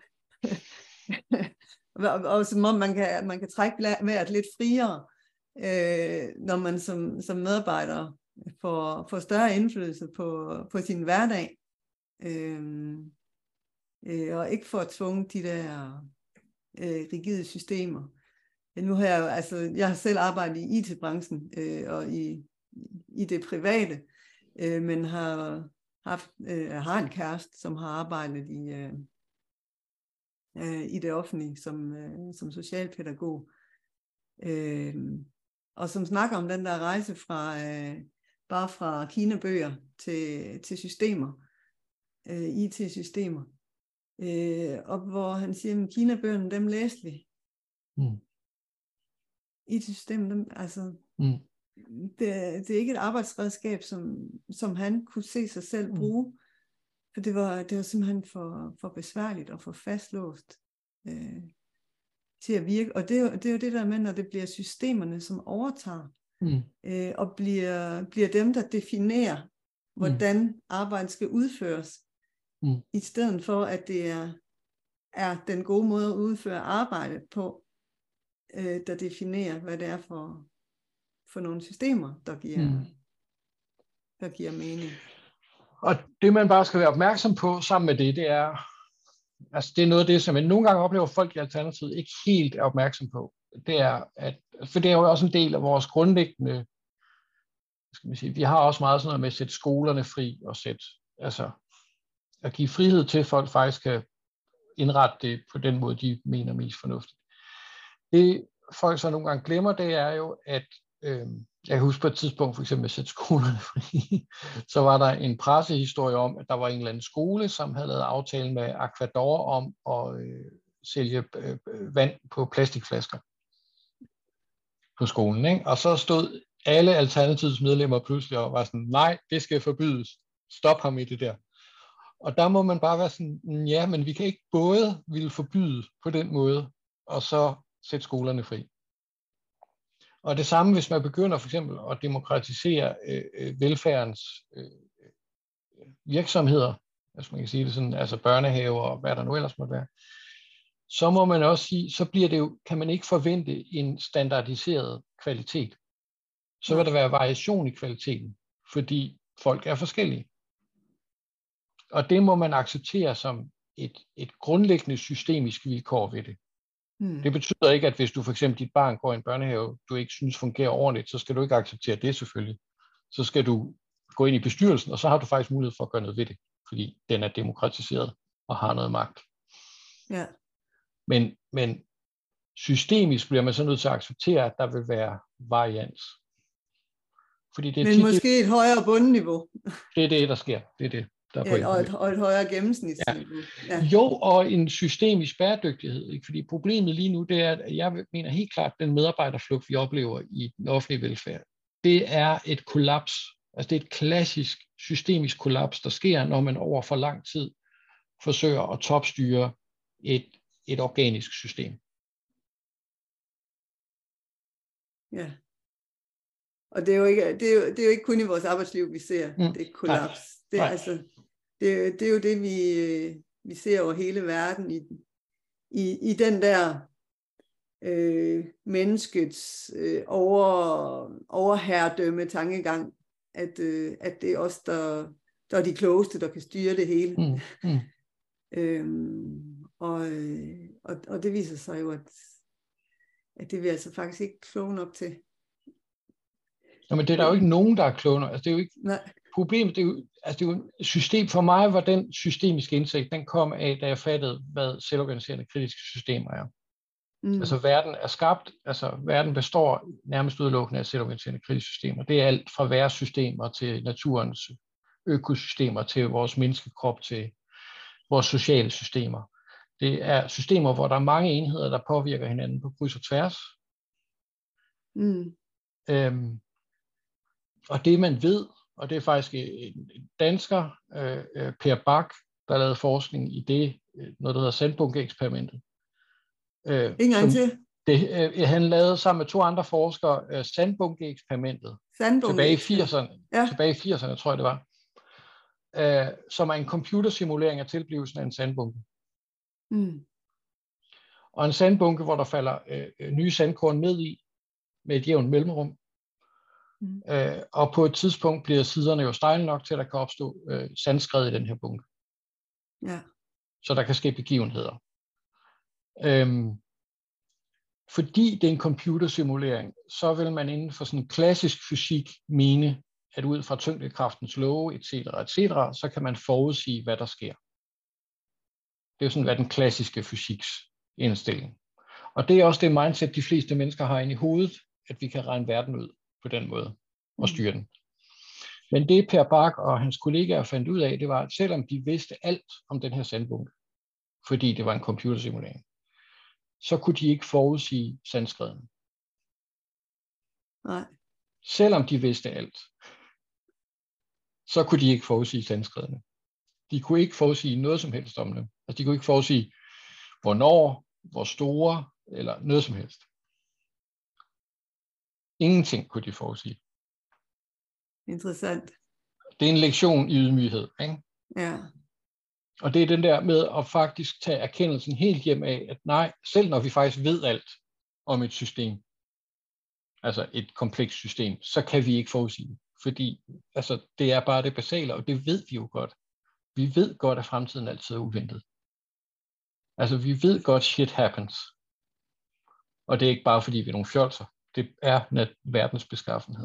og, og som om man kan, man kan trække vejret lidt friere, øh, når man som, som medarbejder får, får større indflydelse på, på sin hverdag. Øh, øh, og ikke får tvunget de der øh, rigide systemer. Nu har jeg, altså, jeg har selv arbejdet i I T-branchen øh, og i, i det private, øh, men har haft, øh, har en kæreste, som har arbejdet i, øh, øh, i det offentlige som, øh, som socialpædagog, øh, og som snakker om den der rejse fra øh, bare fra kinabøger til, til systemer, øh, I T-systemer, øh, og hvor han siger, at kinabøgerne, dem læste vi. Mm. I T-systemet, altså mm. det, det er ikke et arbejdsredskab, som, som han kunne se sig selv bruge. For det var, det var simpelthen for, for besværligt og for fastlåst øh, til at virke. Og det er, jo, det er jo det der med, når det bliver systemerne, som overtager, mm. øh, og bliver, bliver dem, der definerer, hvordan mm. arbejdet skal udføres, mm. i stedet for, at det er, er den gode måde at udføre arbejdet på, øh, der definerer, hvad det er for, for nogle systemer, der giver, mm. der giver mening. Og det, man bare skal være opmærksom på sammen med det, det er, altså det er noget af det, som jeg nogle gange oplever, folk i Alternativet ikke helt er opmærksom på. Det er, at, for det er jo også en del af vores grundlæggende, skal man sige, vi har også meget sådan noget med at sætte skolerne fri, og sætte, altså at give frihed til, at folk faktisk kan indrette det på den måde, de mener mest fornuftigt. Det folk så nogle gange glemmer, det er jo, at øh, jeg kan huske på et tidspunkt, for eksempel at sætte skolerne fri, så var der en pressehistorie om, at der var en eller anden skole, som havde lavet aftale med Aquador om at øh, sælge øh, vand på plastikflasker på skolen, ikke? Og så stod alle Alternativets medlemmer pludselig og var sådan, nej, det skal forbydes. Stop ham i det der. Og der må man bare være sådan, ja, men vi kan ikke både ville forbyde på den måde, og så sætte skolerne fri. Og det samme, hvis man begynder for eksempel at demokratisere øh, velfærdens øh, virksomheder, hvis man kan sige det sådan, altså børnehaver og hvad der nu ellers måtte være, så må man også sige, så bliver det jo, kan man ikke forvente en standardiseret kvalitet. Så vil der være variation i kvaliteten, fordi folk er forskellige. Og det må man acceptere som et, et grundlæggende systemisk vilkår ved det. Hmm. Det betyder ikke, at hvis du for eksempel dit barn går i en børnehave, du ikke synes fungerer ordentligt, så skal du ikke acceptere det selvfølgelig. Så skal du gå ind i bestyrelsen, og så har du faktisk mulighed for at gøre noget ved det, fordi den er demokratiseret og har noget magt. Ja. Men, men systemisk bliver man så nødt til at acceptere, at der vil være varians. Fordi det er men tit, måske et højere bundniveau. Det er det, der sker. Det er det. Der Ja, og, et, og et højere gennemsnitsniveau. Ja. Ja. Jo, og en systemisk bæredygtighed. Ikke? Fordi problemet lige nu, det er, at jeg mener helt klart, at den medarbejderflugt, vi oplever i den offentlige velfærd, det er et kollaps. Altså det er et klassisk systemisk kollaps, der sker, når man over for lang tid forsøger at topstyre et, et organisk system. Ja. Og det er jo ikke, det er jo, det er jo ikke kun i vores arbejdsliv, vi ser mm. det kollaps. Det er, altså, det, det er jo det, vi, vi ser over hele verden i, i, i den der øh, menneskets øh, over, overherredømme tankegang, at, øh, at det er os, der, der er de klogeste, der kan styre det hele. Mm. Mm. øhm, og, og, og det viser sig jo, at, at det er vi altså faktisk ikke kloge nok til. Nå, men det er der jo ikke nogen, der er kloge nok. Altså, det er jo ikke Nej. Problemet. Det er jo, altså, det er jo et system. For mig var den systemiske indsigt, den kom af, da jeg fattede, hvad selvorganiserende kritiske systemer er. Mm. Altså verden er skabt, altså verden består nærmest udelukkende af selvorganiserende kritiske systemer. Det er alt fra værtssystemer til naturens økosystemer, til vores menneskekrop, til vores sociale systemer. Det er systemer, hvor der er mange enheder, der påvirker hinanden på kryds og tværs. Mm. Øhm, og det man ved, og det er faktisk en dansker, øh, Per Bak, der lavede forskning i det, noget der hedder sandbunke-eksperimentet. Øh, en gang til. Det, øh, han lavede sammen med to andre forskere øh, sandbunke-eksperimentet Sandbunke tilbage i firserne, ja. tilbage i firserne, tror jeg det var, øh, som er en computersimulering af tilblivelsen af en sandbunke. Mm. Og en sandbunke, hvor der falder øh, nye sandkorn ned i med et jævnt mellemrum. Mm. Øh, og på et tidspunkt bliver siderne jo stejle nok til, at der kan opstå øh, sandskred i den her bunke. Ja. Så der kan ske begivenheder. Øhm, fordi det er en computersimulering, så vil man inden for sådan klassisk fysik mene, at ud fra tyngdekraftens love, et cetera, et cetera, så kan man forudsige, hvad der sker. Det er jo sådan, hvad den klassiske fysiks indstilling. Og det er også det mindset, de fleste mennesker har inde i hovedet, at vi kan regne verden ud på den måde og styre den. Men det Per Bak og hans kollegaer fandt ud af, det var, at selvom de vidste alt om den her sandbunke, fordi det var en computersimulering, så kunne de ikke forudsige sandskredene. Nej. Selvom de vidste alt, så kunne de ikke forudsige sandskredene. De kunne ikke forudsige noget som helst om det. Altså, de kunne ikke forudsige, hvornår, hvor store, eller noget som helst. Ingenting kunne de forudsige. Interessant. Det er en lektion i ydmyghed, ikke? Ja. Og det er den der med at faktisk tage erkendelsen helt hjem af, at nej, selv når vi faktisk ved alt om et system, altså et komplekst system, så kan vi ikke forudsige det. Fordi altså, det er bare det basale, og det ved vi jo godt. Vi ved godt, at fremtiden altid er uventet. Altså, vi ved godt, shit happens. Og det er ikke bare, fordi vi er nogle fjolser. Det er verdens beskaffenhed.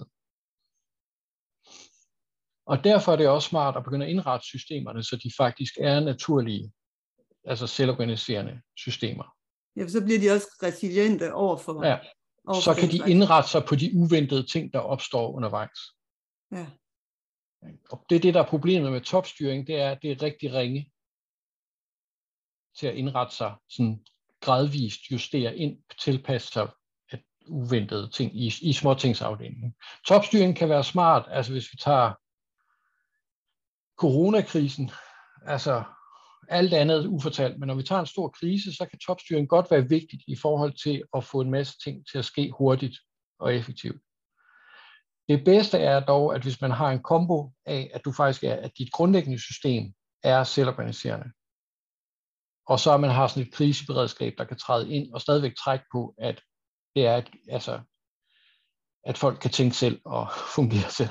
Og derfor er det også smart at begynde at indrette systemerne, så de faktisk er naturlige, altså selvorganiserende systemer. Ja, så bliver de også resiliente overfor. Ja, overfor så kan de slags. indrette sig på de uventede ting, der opstår undervejs. Ja. Og det er det, der er problemet med topstyring, det er, at det er rigtig ringe til at indrette sig, sådan gradvist justere ind, tilpasse sig at uventede ting i, i småtingsafdelingen. Topstyring kan være smart, altså hvis vi tager coronakrisen, altså alt andet ufortalt, men når vi tager en stor krise, så kan topstyring godt være vigtigt i forhold til at få en masse ting til at ske hurtigt og effektivt. Det bedste er dog, at hvis man har en kombo af, at du faktisk er, at dit grundlæggende system er selvorganiserende, og så man har sådan et kriseberedskab, der kan træde ind og stadigvæk trække på, at det er, et, altså, at folk kan tænke selv og fungere selv.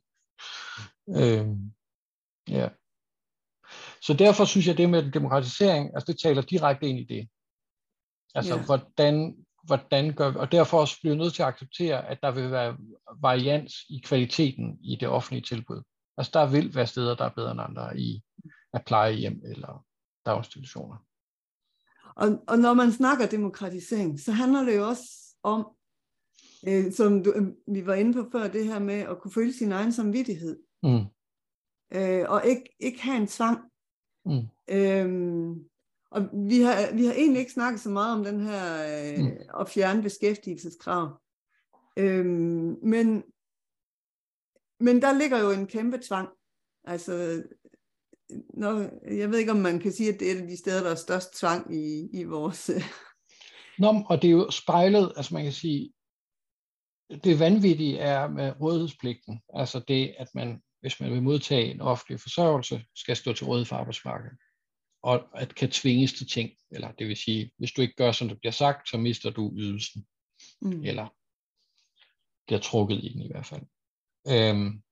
øhm, ja. Så derfor synes jeg, at det med demokratisering, altså det taler direkte ind i det. Altså, yeah. hvordan, hvordan gør vi, og derfor også bliver nødt til at acceptere, at der vil være varians i kvaliteten i det offentlige tilbud. Altså, der vil være steder, der er bedre end andre i at plejehjem eller daginstitutioner. Og, og når man snakker demokratisering, så handler det jo også om, øh, som du, vi var inde på før, det her med at kunne føle sin egen samvittighed. Mm. Øh, og ikke, ikke have en tvang. Mm. Øhm, og vi har, vi har egentlig ikke snakket så meget om den her øh, mm. at fjerne beskæftigelseskrav. Øhm, men, men der ligger jo en kæmpe tvang. Altså, når, jeg ved ikke, om man kan sige, at det er et af de steder, der er størst tvang i, i vores... Nå, og det er jo spejlet, altså man kan sige, det vanvittige er med rådighedspligten. Altså det, at man, hvis man vil modtage en offentlig forsørgelse, skal stå til rådighed for arbejdsmarkedet. Og at kan tvinges til ting, eller det vil sige, hvis du ikke gør, som det bliver sagt, så mister du ydelsen. Mm. Eller bliver trukket i den i hvert fald. Øhm,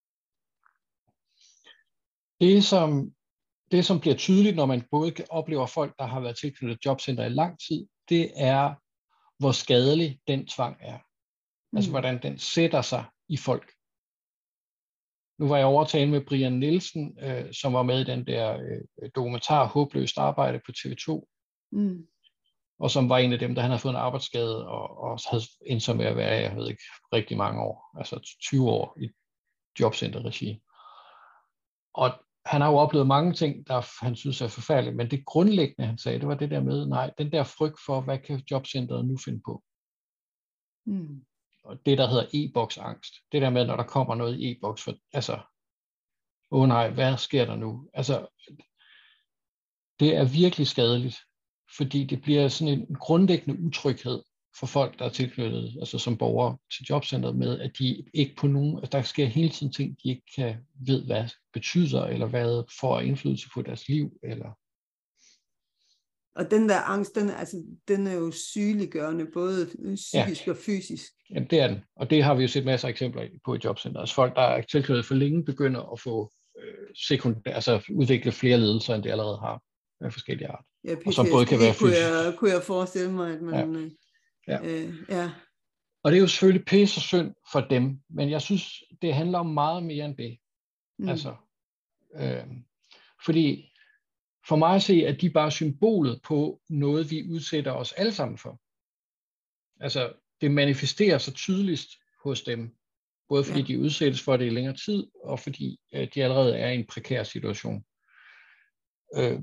det, som, det, som bliver tydeligt, når man både oplever folk, der har været tilknyttet jobcenter i lang tid, det er, hvor skadelig den tvang er. Mm. Altså, hvordan den sætter sig i folk. Nu var jeg overtalt med Brian Nielsen, øh, som var med i den der øh, dokumentar Håbløst arbejde på T V to. Mm. Og som var en af dem, der han havde fået en arbejdsskade, og, og havde endt som med at være, jeg ved ikke, rigtig mange år, altså tyve år i jobcenterregi. Og han har jo oplevet mange ting, der han synes er forfærdeligt, men det grundlæggende, han sagde, det var det der med, nej, den der frygt for, hvad kan jobcenteret nu finde på? Mm. Og det, der hedder e-boksangst. Det der med, når der kommer noget i e-boks, for, altså, åh nej, hvad sker der nu? Altså, det er virkelig skadeligt, fordi det bliver sådan en grundlæggende utryghed for folk, der er tilknyttet, altså som borgere til jobcentret med, at de ikke på nogen, altså der sker hele tiden ting, de ikke kan ved, hvad betyder, eller hvad får indflydelse på deres liv, eller... Og den der angst, den er, altså, den er jo sygeliggørende, både psykisk ja. og fysisk. Ja, det er den. Og det har vi jo set masser af eksempler på i jobcenter. Altså folk, der er tilknyttet for længe, begynder at få øh, sekundær, altså udvikle flere ledelser, end de allerede har af forskellige art. Ja, P T S D, og som både kan være kunne fysisk. Jeg, kunne jeg forestille mig, at man... Ja. Ja. Øh, ja. Og det er jo selvfølgelig pisse og synd for dem, men jeg synes, det handler om meget mere end det. Mm. Altså, øh, fordi for mig at se, at de bare er symbolet på noget, vi udsætter os alle sammen for. Altså, det manifesterer sig tydeligst hos dem, både fordi ja. de udsættes for det i længere tid, og fordi øh, de allerede er i en prekær situation. Øh,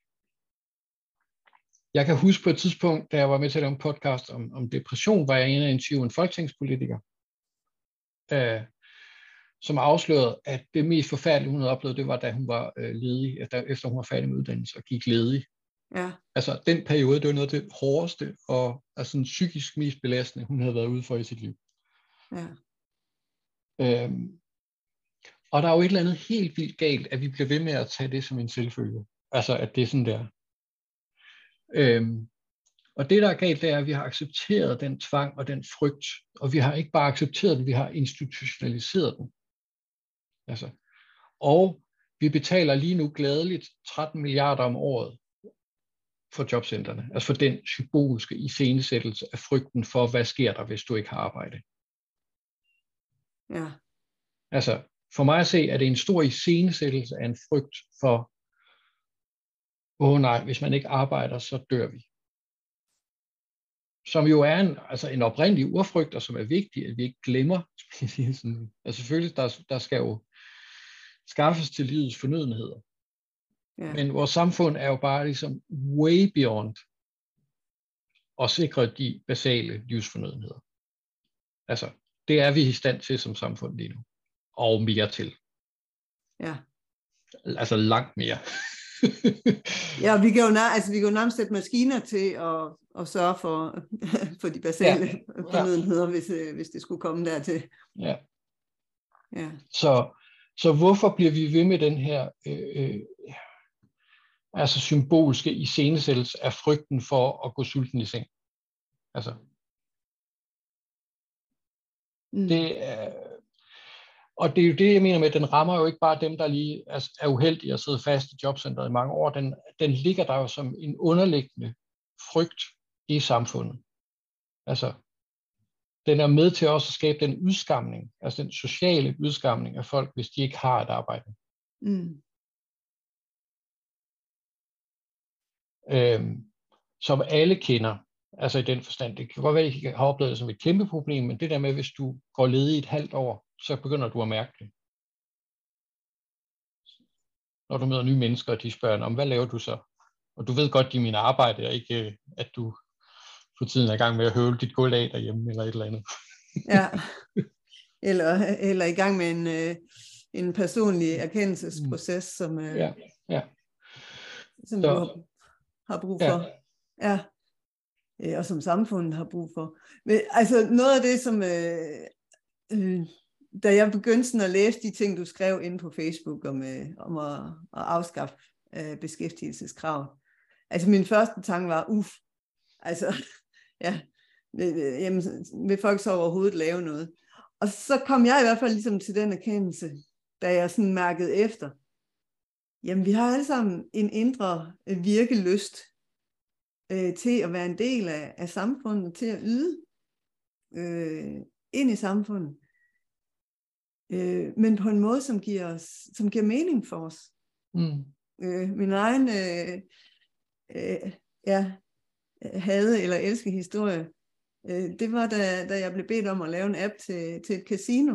Jeg kan huske på et tidspunkt, da jeg var med til at lave en podcast om, om depression, var jeg inde og interviewe en folketingspolitiker, øh, som afslørede, at det mest forfærdelige, hun havde oplevet, det var, da hun var øh, ledig, efter, efter hun var færdig med uddannelse og gik ledig. Ja. Altså, den periode, det var noget af det hårdeste og altså, psykisk mest belastende, hun havde været ude for i sit liv. Ja. Øhm, og der er jo et eller andet helt vildt galt, at vi bliver ved med at tage det som en selvfølge. Altså, at det er sådan der. Øhm, og det, der er galt, det er, at vi har accepteret den tvang og den frygt, og vi har ikke bare accepteret den, vi har institutionaliseret den. Altså, og vi betaler lige nu gladeligt tretten milliarder om året for jobcentrene, altså for den symbolske iscenesættelse af frygten for, hvad sker der, hvis du ikke har arbejde. Ja. Altså, for mig at se, er det en stor iscenesættelse af en frygt for, åh oh, nej, hvis man ikke arbejder, så dør vi. Som jo er en, altså en oprindelig urfrygt, og som er vigtig, at vi ikke glemmer. Altså selvfølgelig, der, der skal jo skaffes til livets fornødenheder. Ja. Men vores samfund er jo bare ligesom way beyond at sikre de basale livsfornødenheder. Altså, det er vi i stand til som samfund lige nu. Og mere til. Ja. Altså langt mere. Ja, vi kan jo, nær, altså, vi kan jo nærmest sætte maskiner til at, at sørge for, for de basale ja. fornødenheder, ja. hvis, hvis det skulle komme dertil. Ja. Ja. Så, så hvorfor bliver vi ved med den her øh, øh, altså symbolske iscenesættelse af frygten for at gå sulten i seng? Altså, mm. det er, og det er jo det, jeg mener med, at den rammer jo ikke bare dem, der lige er, er uheldige at sidde fast i jobcentret i mange år. Den, den ligger der jo som en underliggende frygt i samfundet. Altså, den er med til også at skabe den udskamning, altså den sociale udskamning af folk, hvis de ikke har et arbejde. Mm. Øhm, som alle kender, altså i den forstand. Det kan godt være, at I ikke har oplevet det som et kæmpe problem, men det der med, hvis du går ledig et halvt år, så begynder du at mærke det. Når du møder nye mennesker, og de spørger om, hvad laver du så? Og du ved godt, de er mine arbejde, og ikke at du for tiden er i gang med at høvle dit gulv af derhjemme, eller et eller andet. Ja, eller, eller i gang med en, en personlig erkendelsesproces, som, ja, ja. som så, du har, har brug for. Ja. Ja, og som samfundet har brug for. Men altså noget af det, som øh, øh, da jeg begyndte sådan at læse de ting, du skrev inde på Facebook om, øh, om at, at afskaffe øh, beskæftigelseskrav. Altså min første tanke var, uff, altså, ja, øh, jamen, vil folk så overhovedet lave noget? Og så kom jeg i hvert fald ligesom til den erkendelse, da jeg sådan mærkede efter. Jamen vi har alle sammen en indre virkelyst øh, til at være en del af, af samfundet, til at yde øh, ind i samfundet. Øh, men på en måde, som giver, os, som giver mening for os. Mm. Øh, min egen øh, øh, ja, hade eller elske historie, øh, det var da, da jeg blev bedt om at lave en app til, til et casino.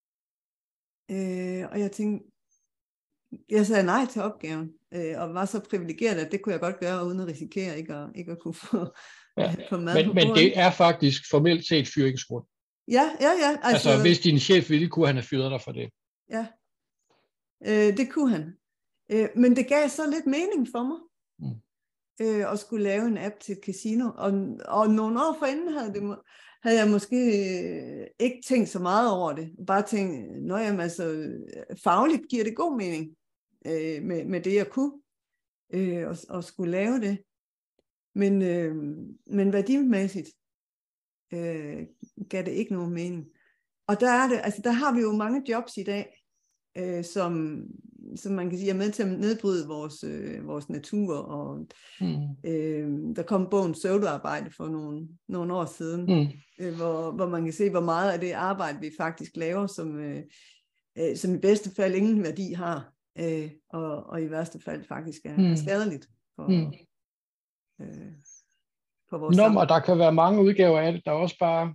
Øh, og jeg tænkte, jeg sagde nej til opgaven, øh, og var så privilegeret, at det kunne jeg godt gøre, uden at risikere ikke at, ikke at kunne få, ja. få mad men, på men bordet. det er faktisk formelt set fyringsgrund. Ja, ja, ja. Altså, altså hvis din chef ville, kunne han have fyret dig for det. Ja, øh, det kunne han. Øh, men det gav så lidt mening for mig, mm. øh, at skulle lave en app til et casino. Og, og nogle år forinden havde, det, havde jeg måske øh, ikke tænkt så meget over det. Bare tænkt, nå jamen altså, fagligt giver det god mening øh, med, med det, jeg kunne, øh, og, og skulle lave det. Men, øh, men værdimæssigt øh, gav det ikke nogen mening. Og der er det, altså der har vi jo mange jobs i dag, øh, som, som man kan sige er med til at nedbryde vores, øh, vores natur. Og mm. øh, der kom bogen Pseudoarbejde for nogle, nogle år siden, mm. øh, hvor, hvor man kan se, hvor meget af det arbejde, vi faktisk laver, som, øh, øh, som i bedste fald ingen værdi har, øh, og, og i værste fald faktisk er, mm. er skadeligt for, mm. øh, for vores Nå, samfund. og der kan være mange udgaver af det, der også bare...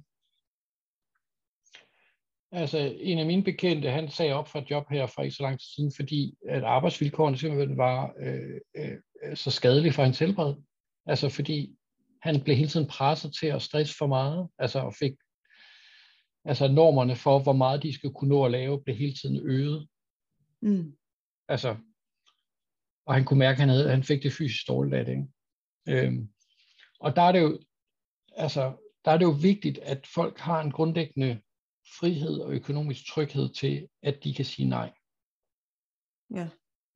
Altså, en af mine bekendte, han sagde op fra et job her for ikke så lang tid siden, fordi at arbejdsvilkårene simpelthen var øh, øh, så skadelige for hans helbred. Altså, fordi han blev hele tiden presset til at stresse for meget, altså og fik Altså normerne for, hvor meget de skal kunne nå at lave, blev hele tiden øget. Mm. Altså, og han kunne mærke, at han, havde, han fik det fysisk dårligt af det. Ikke? Øhm, og der er det jo, altså, der er det jo vigtigt, at folk har en grundlæggende frihed og økonomisk tryghed til, at de kan sige nej. Ja.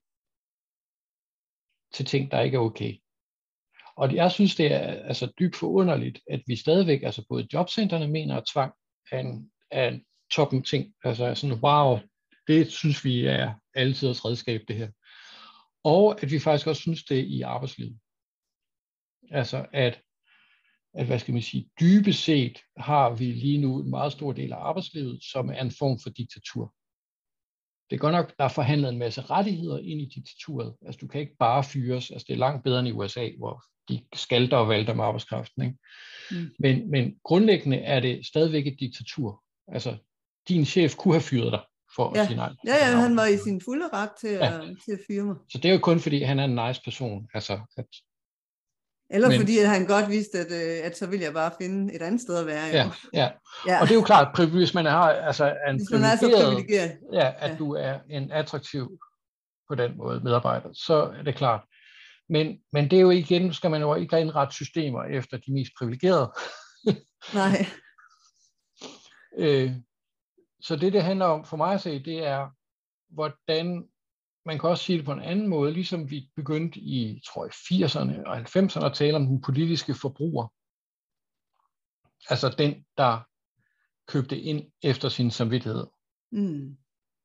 Til ting, der ikke er okay. Og jeg synes, det er altså dybt forunderligt, at vi stadigvæk, altså både jobcentrene mener, at tvang er en, er en toppen ting. Altså sådan, wow, det synes vi er altid et redskab, det her. Og at vi faktisk også synes det i arbejdslivet. Altså at, at hvad skal man sige, dybest set har vi lige nu en meget stor del af arbejdslivet, som er en form for diktatur. Det er godt nok, der er forhandlet en masse rettigheder ind i diktaturet. Altså du kan ikke bare fyres. Altså det er langt bedre end i U S A, hvor de skalter og valter med arbejdskraften. Ikke? Mm. Men, men grundlæggende er det stadigvæk et diktatur. Altså din chef kunne have fyret dig for ja. at sige nej. Ja, ja, han var i sin fulde ret til, ja. at, til at fyre mig. Så det er jo kun fordi, han er en nice person. Altså, at, Eller men, fordi at han godt vidste, at, at så ville jeg bare finde et andet sted at være. Jo. Ja, ja. ja, og det er jo klart, hvis man har altså en hvis man er så privilegeret, ja, at ja. du er en attraktiv på den måde medarbejder, så er det klart. Men, men det er jo igen, skal man jo ikke indrette systemer efter de mest privilegerede. Nej. øh, så det, det handler om for mig at se, det er, hvordan, man kan også sige det på en anden måde, ligesom vi begyndte i, tror jeg, firserne og halvfemserne at tale om den politiske forbruger. Altså den, der købte ind efter sin samvittighed. Mm.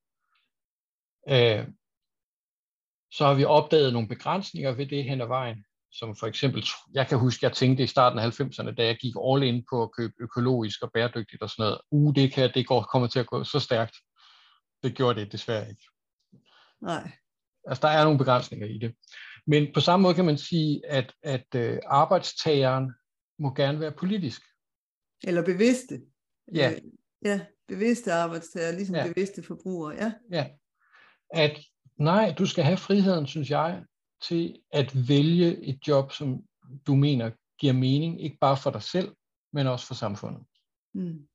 Øh, så har vi opdaget nogle begrænsninger ved det hen ad vejen, som for eksempel, jeg kan huske, jeg tænkte i starten af halvfemserne, da jeg gik all in på at købe økologisk og bæredygtigt og sådan noget, uh, det, kan, det går, kommer til at gå så stærkt. Det gjorde det desværre ikke. Nej. Altså, der er nogle begrænsninger i det. Men på samme måde kan man sige, at, at øh, arbejdstageren må gerne være politisk. Eller bevidste. Ja. Øh, ja, bevidste arbejdstager, ligesom ja. bevidste forbrugere. Ja. ja. At nej, du skal have friheden, synes jeg, til at vælge et job, som du mener giver mening, ikke bare for dig selv, men også for samfundet. Mm.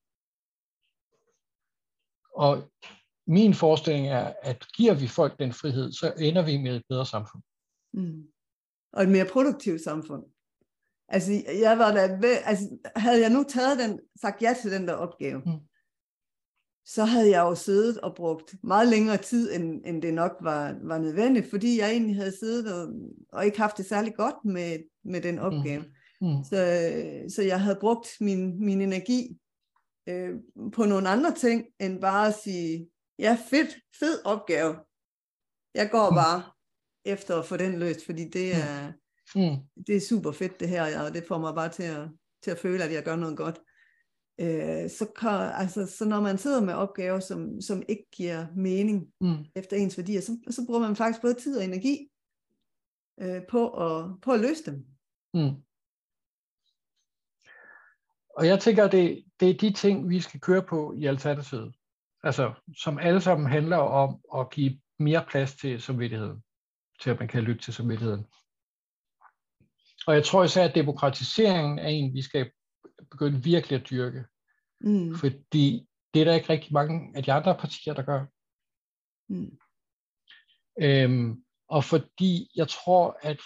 Og min forestilling er, at giver vi folk den frihed, så ender vi med et bedre samfund. Mm. Og et mere produktivt samfund. Altså, jeg var der, altså, havde jeg nu taget den, sagt ja til den der opgave, mm. så havde jeg jo siddet og brugt meget længere tid, end, end det nok var, var nødvendigt, fordi jeg egentlig havde siddet og, og ikke haft det særlig godt med, med den opgave. Mm. Mm. Så, så jeg havde brugt min, min energi øh, på nogle andre ting, end bare at sige, ja, fedt, fed opgave. Jeg går bare mm. efter at få den løst, fordi det er, mm. det er super fedt det her, og det får mig bare til at, til at føle, at jeg gør noget godt. Øh, så, kan, altså, så når man sidder med opgaver, som, som ikke giver mening mm. efter ens værdier, så, så bruger man faktisk både tid og energi øh, på, at, på at løse dem. Mm. Og jeg tænker, det, det er de ting, vi skal køre på i Alternativet. Altså, som alle sammen handler om at give mere plads til samvittigheden, til at man kan lytte til samvittigheden. Og jeg tror især, at demokratiseringen er en, vi skal begynde virkelig at dyrke. Mm. Fordi det er der ikke rigtig mange af de andre partier, der gør. Mm. Øhm, og fordi jeg tror, at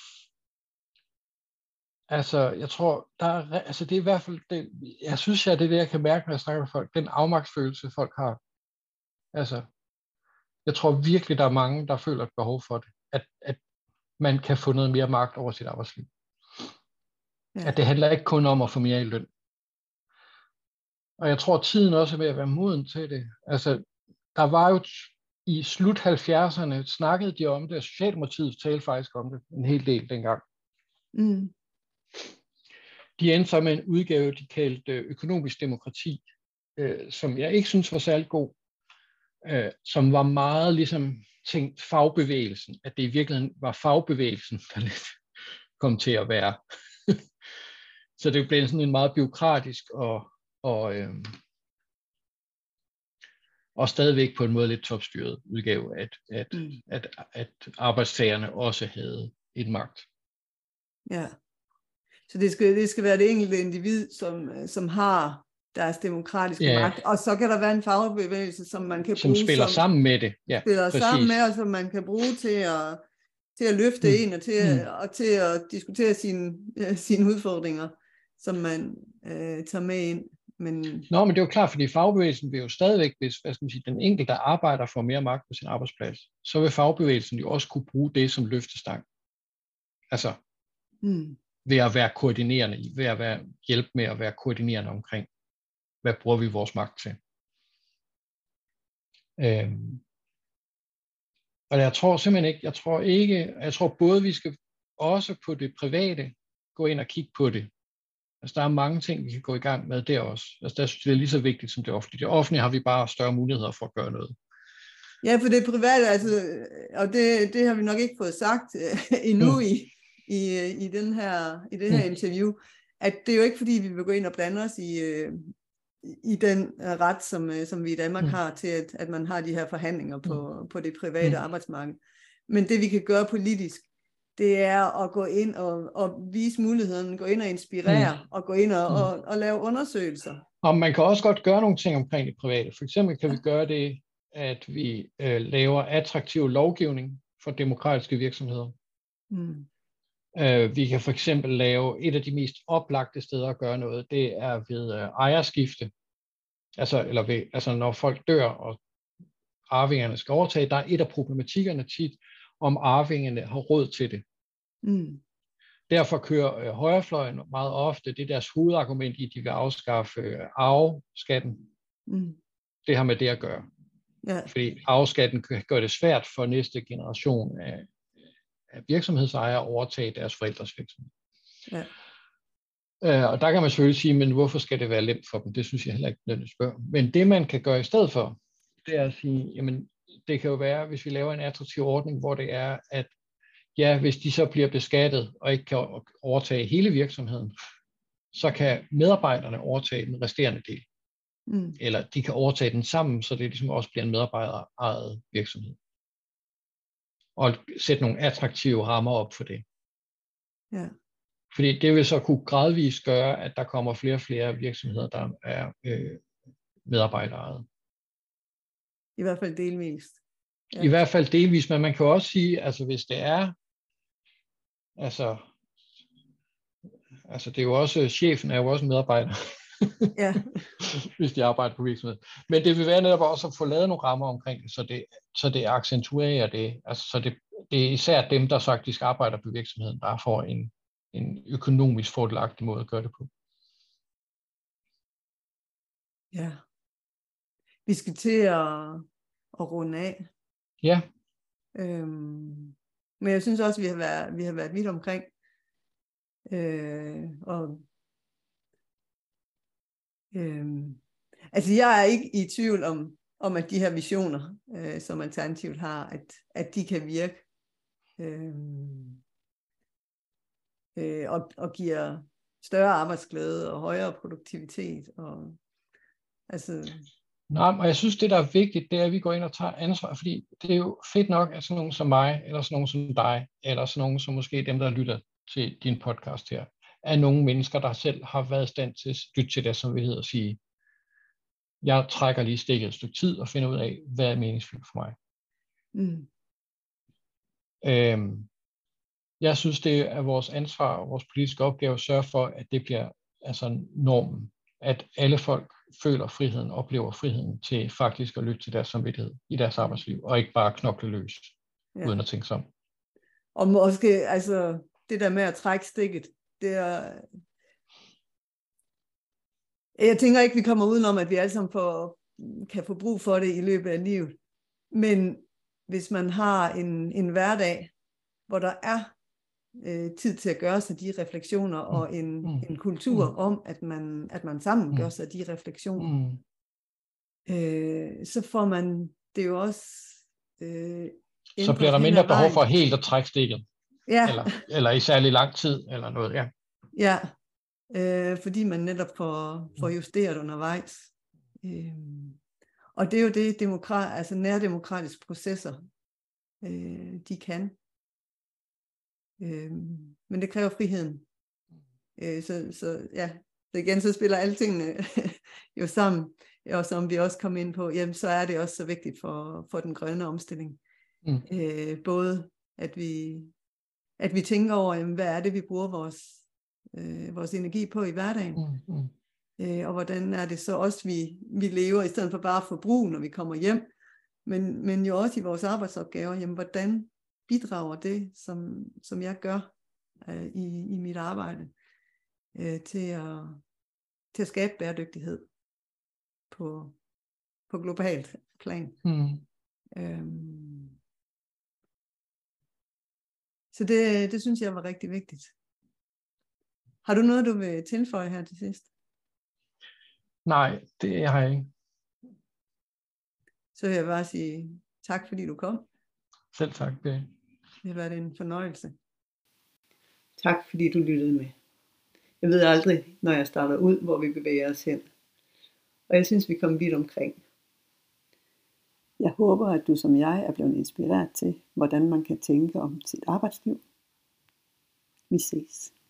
altså, jeg tror, der er, altså det er i hvert fald, det, jeg synes, at det er det, jeg kan mærke, når jeg snakker med folk, den afmagtsfølelse, folk har. Altså, jeg tror virkelig, der er mange, der føler et behov for det, at, at man kan få noget mere magt over sit arbejdsliv. Ja. At det handler ikke kun om at få mere i løn. Og jeg tror, tiden også er ved at være moden til det. Altså, der var jo i slut halvfjerdserne, snakkede de om det, og Socialdemokratiet talte faktisk om det en hel del dengang. Mm. De endte så med en udgave, de kaldte økonomisk demokrati, øh, som jeg ikke synes var særlig god, øh, som var meget ligesom tænkt fagbevægelsen, at det i virkeligheden var fagbevægelsen, der lidt kom til at være. Så det blev sådan en meget bureaukratisk og, og, øh, og stadigvæk på en måde lidt topstyret udgave, at, at, mm. at, at arbejdstagerne også havde en magt. Ja, så det skal, det skal være det enkelte individ, som, som har deres demokratiske Ja. magt. Og så kan der være en fagbevægelse, som man kan Som bruge spiller som, sammen med det. Ja, spiller præcis. sammen med, og som man kan bruge til at, til at løfte Mm. en, og til, Mm. og til at diskutere sine, øh, sine udfordringer, som man øh, tager med ind. Men... Nå, men det er jo klart, fordi fagbevægelsen vil jo stadigvæk, hvis hvad skal man sige, den enkelte arbejder får mere magt på sin arbejdsplads, så vil fagbevægelsen jo også kunne bruge det som løftestang. Altså, mm. ved at være koordinerende, ved at være, hjælpe med at være koordinerende omkring, hvad bruger vi vores magt til. Øhm. Og jeg tror simpelthen ikke, jeg tror ikke, jeg tror både vi skal også på det private gå ind og kigge på det. Altså der er mange ting, vi kan gå i gang med der også. Altså der synes jeg, det er lige så vigtigt som det offentlige. Det offentlige har vi bare større muligheder for at gøre noget. Ja, for det private, altså, og det, det har vi nok ikke fået sagt uh, endnu mm. i, i, i, den her, i det her mm. interview, at det er jo ikke fordi, vi vil gå ind og blande os i, uh, i den ret, som, uh, som vi i Danmark mm. har til, at, at man har de her forhandlinger på, mm. på det private mm. arbejdsmarked. Men det vi kan gøre politisk, det er at gå ind og, og vise muligheden, gå ind og inspirere, mm. og gå ind og, og, og lave undersøgelser. Og man kan også godt gøre nogle ting omkring det private. For eksempel kan vi gøre det, at vi øh, laver attraktiv lovgivning for demokratiske virksomheder. Mm. Øh, vi kan for eksempel lave et af de mest oplagte steder at gøre noget, det er ved øh, ejerskifte. Altså, eller ved, altså når folk dør, og arvingerne skal overtage, der er et af problematikkerne tit, om arvingerne har råd til det. Mm. Derfor kører øh, højrefløjen meget ofte, det er deres hovedargument i, at de vil afskaffe øh, arveskatten. Mm. Det har med det at gøre. Ja. Fordi arveskatten gør det svært for næste generation af, af virksomhedsejere at overtage deres forældres virksomhed. Ja. Øh, og der kan man selvfølgelig sige, men hvorfor skal det være nemt for dem? Det synes jeg heller ikke nødvendigvis bør. Men det man kan gøre i stedet for, det er at sige, jamen det kan jo være, hvis vi laver en attraktiv ordning, hvor det er, at ja, hvis de så bliver beskattet og ikke kan overtage hele virksomheden, så kan medarbejderne overtage den resterende del. Mm. Eller de kan overtage den sammen, så det ligesom også bliver en medarbejderejet virksomhed. Og sætte nogle attraktive rammer op for det. Ja. Fordi det vil så kunne gradvist gøre, at der kommer flere og flere virksomheder, der er øh, medarbejderejet. I hvert fald delvist. Ja. I hvert fald delvist, men man kan også sige, altså hvis det er, altså, altså det er jo også, chefen er jo også medarbejder. Ja. Hvis de arbejder på virksomhed. Men det vil være netop også at få lavet nogle rammer omkring det, så det, så det accentuerer det. Altså, så det, det er især dem, der faktisk arbejder på virksomheden, der får en, en økonomisk fordelagtig måde at gøre det på. Ja. Vi skal til at, at runde af. Ja. Øhm, men jeg synes også, vi har været, vi har været vidt omkring. Øh, og Øhm, altså jeg er ikke i tvivl om, om at de her visioner, øh, som Alternativet har, at, at de kan virke øhm, øh, og, og giver større arbejdsglæde og højere produktivitet. Og, altså... Nej, og jeg synes, det der er vigtigt, det er, at vi går ind og tager ansvar, fordi det er jo fedt nok, at sådan nogen som mig, eller sådan nogen som dig, eller sådan nogen som måske dem, der lytter til din podcast her, er nogle mennesker, der selv har været i stand til at lytte til deres samvittighed og sige, jeg trækker lige stikket et stykke tid og finder ud af, hvad er meningsfyldt for mig. Mm. Øhm, jeg synes, det er vores ansvar og vores politiske opgave at sørge for, at det bliver altså normen. At alle folk føler friheden, oplever friheden til faktisk at lytte til deres samvittighed i deres arbejdsliv, og ikke bare knokle løs, ja. Uden at tænke sig om. Og måske, altså, det der med at trække stikket, det er... Jeg tænker ikke, vi kommer udenom, at vi alle sammen får, kan få brug for det i løbet af livet. Men hvis man har en, en hverdag, hvor der er øh, tid til at gøre sig de refleksioner, og en, mm. en kultur mm. om, at man, at man sammen mm. gør sig de refleksioner, mm. øh, så får man det jo også... Øh, så bliver der mindre behov for helt at trække stikket. Ja. Eller, eller i særlig lang tid, eller noget, ja. Ja, øh, fordi man netop får, får justeret undervejs. Øh, og det er jo det, demokrat, altså nærdemokratiske processer, øh, de kan. Øh, men det kræver friheden. Øh, så, så ja, Så igen, så spiller alle tingene jo sammen. Og som vi også kom ind på, jamen, så er det også så vigtigt for, for den grønne omstilling. Mm. Øh, både at vi, at vi tænker over, jamen, hvad er det, vi bruger vores, øh, vores energi på i hverdagen. Mm. Mm. Øh, og hvordan er det så også, vi, vi lever, i stedet for bare forbrug, når vi kommer hjem. Men, men jo også i vores arbejdsopgaver, jamen, hvordan bidrager det, som, som jeg gør øh, i, i mit arbejde, øh, til, at, til at skabe bæredygtighed på, på globalt plan. Mm. Øhm. Så det, det synes jeg var rigtig vigtigt. Har du noget, du vil tilføje her til sidst? Nej, det har jeg ikke. Så vil jeg bare sige tak, fordi du kom. Selv tak, Berit. Det har været en fornøjelse. Tak fordi du lyttede med. Jeg ved aldrig, når jeg starter ud, hvor vi bevæger os hen. Og jeg synes, vi kom vidt omkring. Jeg håber, at du som jeg er blevet inspireret til, hvordan man kan tænke om sit arbejdsliv. Vi ses.